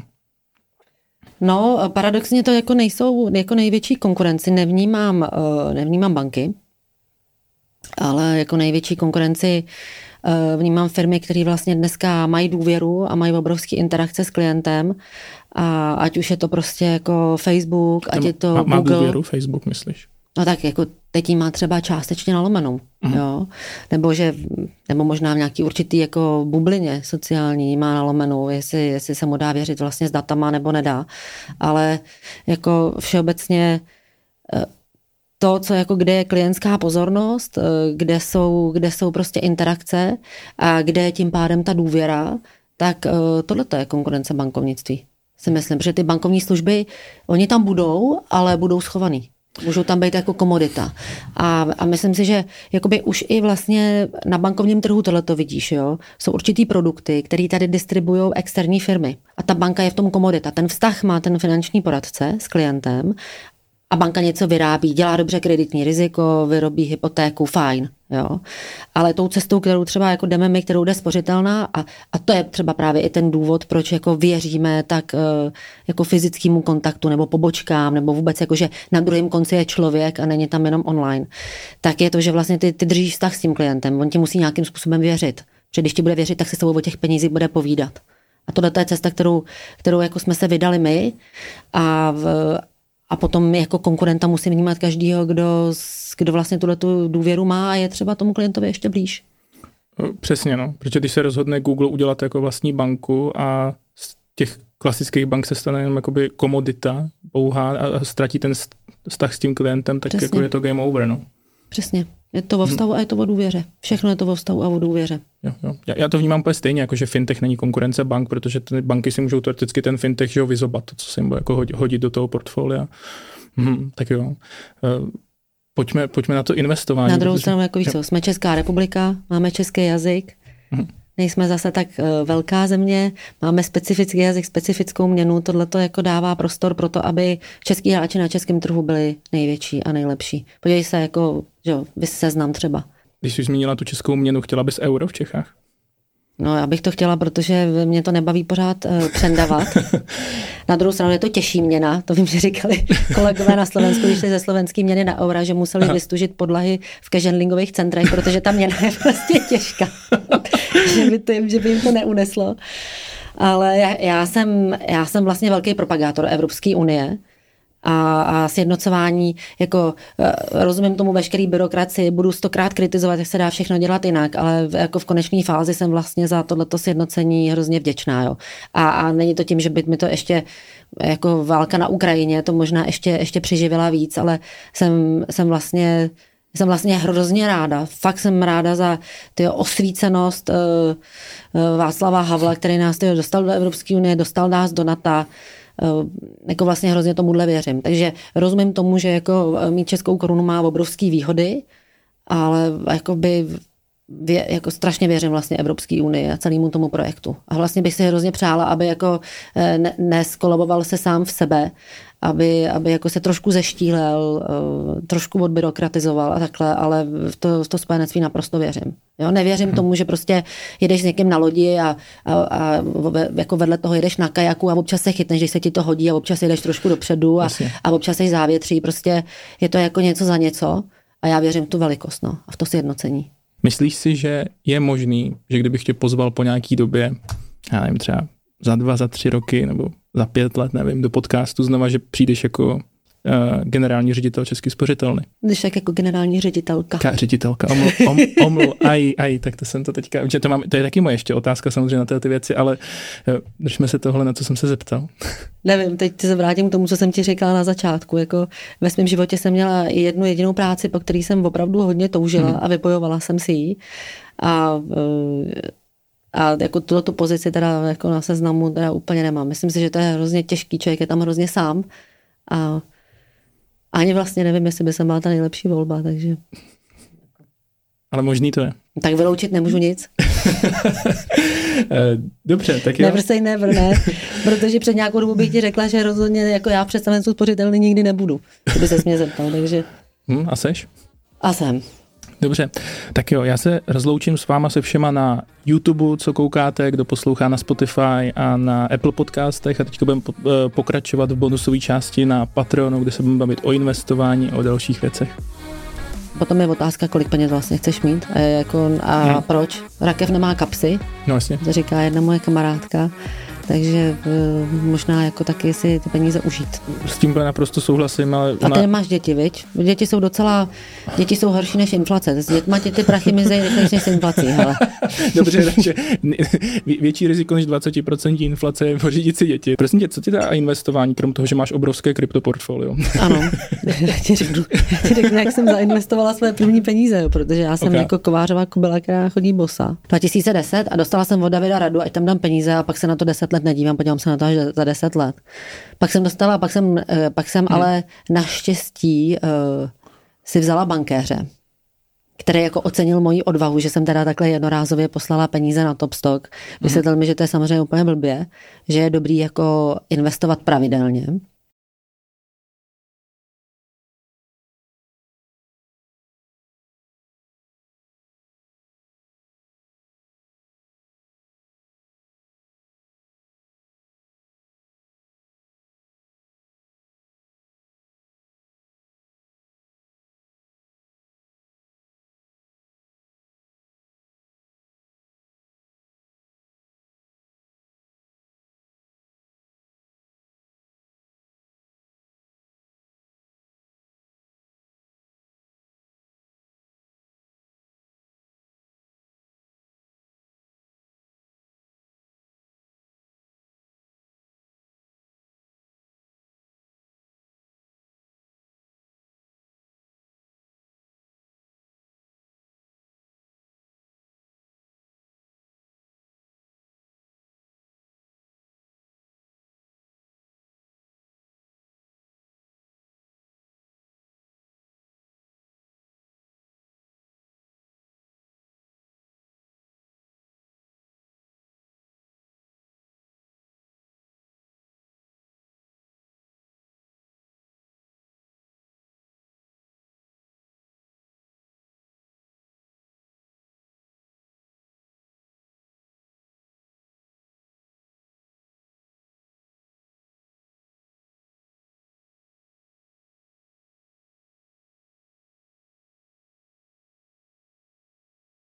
No, paradoxně to jako nejsou jako největší konkurenci. Nevnímám banky, ale jako největší konkurenci vnímám firmy, které vlastně dneska mají důvěru a mají obrovské interakce s klientem. A ať už je to prostě jako Facebook, ať je to Google. Má důvěru Facebook, myslíš? No tak jako teď jí má třeba částečně nalomenou, jo? Nebo možná v nějaký určitý jako bublině sociální má nalomenou, jestli se mu dá věřit vlastně s datama nebo nedá. Ale jako všeobecně to, co jako kde je klientská pozornost, kde jsou prostě interakce a kde je tím pádem ta důvěra, tak tohle je konkurence bankovnictví. Si myslím, že ty bankovní služby, oni tam budou, ale budou schovaný. Můžou tam být jako komodita. A myslím si, že jakoby už i vlastně na bankovním trhu tohleto vidíš, jo. Jsou určitý produkty, které tady distribuují externí firmy. A ta banka je v tom komodita. Ten vztah má ten finanční poradce s klientem a banka něco vyrábí, dělá dobře kreditní riziko, vyrobí hypotéku, fajn, jo. Ale tou cestou, kterou třeba jako jdeme my, kterou jde spořitelná a to je třeba právě i ten důvod, proč jako věříme tak jako fyzickému kontaktu nebo pobočkám, nebo vůbec jako, že na druhém konci je člověk a není tam jenom online, tak je to, že vlastně ty držíš vztah s tím klientem, on ti musí nějakým způsobem věřit. Protože když ti bude věřit, tak se s tebou o těch penězích bude povídat. A tohle je cesta, kterou jako jsme se vydali my a potom jako konkurenta musí vnímat každýho, kdo vlastně tu důvěru má a je třeba tomu klientovi ještě blíž. Přesně, no. Protože když se rozhodne Google udělat jako vlastní banku a z těch klasických bank se stane jenom jakoby komodita pouhá a ztratí ten vztah s tím klientem, tak jako je to game over, no. Přesně. Je to o vztahu a je to o důvěře. Všechno je to o vztahu a o důvěře. Jo. Já to vnímám úplně stejně, jako že fintech není konkurence bank, protože ty banky si můžou teoreticky ten fintech vyzobat, to, co se jim bude jako hodit do toho portfolia. Tak jo. Pojďme na to investování. Na druhou stranu, jako víš co, jsme Česká republika, máme český jazyk, nejsme zase tak velká země, máme specifický jazyk, specifickou měnu, tohle to jako dává prostor pro to, aby český hráči na českém trhu byli největší a nejlepší. Podívej se, jako, že Seznam třeba. Když jsi zmínila tu českou měnu, chtěla bys euro v Čechách? No, já bych to chtěla, protože mě to nebaví pořád přendavat. Na druhou stranu je to těžší měna, to vím, že říkali kolegové na Slovensku, když šli ze slovenský měny na eura, že museli vystužit podlahy v cash-handlingových centrech, protože ta měna je prostě těžká, že by jim to neuneslo. Ale já jsem vlastně velký propagátor Evropské unie a sjednocování, jako rozumím tomu veškerý byrokracii, budu 100krát kritizovat, jak se dá všechno dělat jinak, ale jako v konečné fázi jsem vlastně za tohleto sjednocení hrozně vděčná. Jo. A není to tím, že by mi to ještě jako válka na Ukrajině to možná ještě přiživila víc, ale jsem vlastně hrozně ráda. Fakt jsem ráda za osvícenost Václava Havla, který nás dostal do Evropské unie, dostal nás do NATO. Jako vlastně hrozně tomuhle věřím. Takže rozumím tomu, že jako mít českou korunu má obrovský výhody, ale jako strašně věřím vlastně Evropské unii a celému tomu projektu. A vlastně bych si hrozně přála, aby jako neskolaboval se sám v sebe, aby jako se trošku zeštílel, trošku odbyrokratizoval a takhle, ale v to spojenectví naprosto věřím. Jo, nevěřím tomu, že prostě jedeš s někým na lodi a jako vedle toho jedeš na kajaku a občas se chytneš, když se ti to hodí a občas jedeš trošku dopředu a občas jsi závětří. Prostě je to jako něco za něco a já věřím v tu velikost a v to sjednocení. Myslíš si, že je možný, že kdybych tě pozval po nějaký době, já nevím, třeba za 2, za 3 roky nebo za 5 let, nevím, do podcastu znova, že přijdeš jako generální ředitel České spořitelny? Když tak jako generální ředitelka. Ředitelka, tak to jsem to teďka, to je taky moje ještě otázka samozřejmě na ty věci, ale držme se tohle, na co jsem se zeptal. Nevím, teď se vrátím k tomu, co jsem ti říkala na začátku. Jako ve svém životě jsem měla jednu jedinou práci, po který jsem opravdu hodně toužila a vybojovala jsem si ji. A jako tuto pozici teda jako na seznamu teda úplně nemám. Myslím si, že to je hrozně těžký, člověk je tam hrozně sám a ani vlastně nevím, jestli by se byla ta nejlepší volba, takže... Ale možný to je. Tak vyloučit nemůžu nic. Dobře, tak jo. Never say never, ne? Protože před nějakou dobu bych ti řekla, že rozhodně jako já v představenstvu spořitelny nikdy nebudu, kdyby ses mě zeptal, takže... A seš? A jsem. Dobře, tak jo, já se rozloučím s váma se všema na YouTube, co koukáte, kdo poslouchá na Spotify a na Apple podcastech a teď budeme pokračovat v bonusové části na Patreonu, kde se budeme bavit o investování a o dalších věcech. Potom je otázka, kolik peněz vlastně chceš mít a proč. Rakev nemá kapsy, no vlastně. To říká jedna moje kamarádka. Takže možná jako taky si ty peníze užít. S tím naprosto souhlasím, ale... A ty nemáš děti, viď? Děti jsou horší než inflace. S dětma ty prachy mizejí rychleji než s inflací, hele. Dobře, takže větší riziko než 20% inflace je pořídit si děti. Prosím tě, co ti dá investování, krom toho, že máš obrovské kryptoportfolio? Ano, já ti řeknu, jak jsem zainvestovala své první peníze, protože já jsem jako kovářová kobila, která chodí bosa. 2010 a dostala jsem od Davida radu, ať tam dám peníze a pak se na to 10 let nedívám, podívám se na to až za 10 let. Pak jsem dostala, pak jsem ale naštěstí si vzala bankéře, který jako ocenil moji odvahu, že jsem teda takhle jednorázově poslala peníze na Topstock. Vysvětlil mi, že to je samozřejmě úplně blbě, že je dobrý jako investovat pravidelně.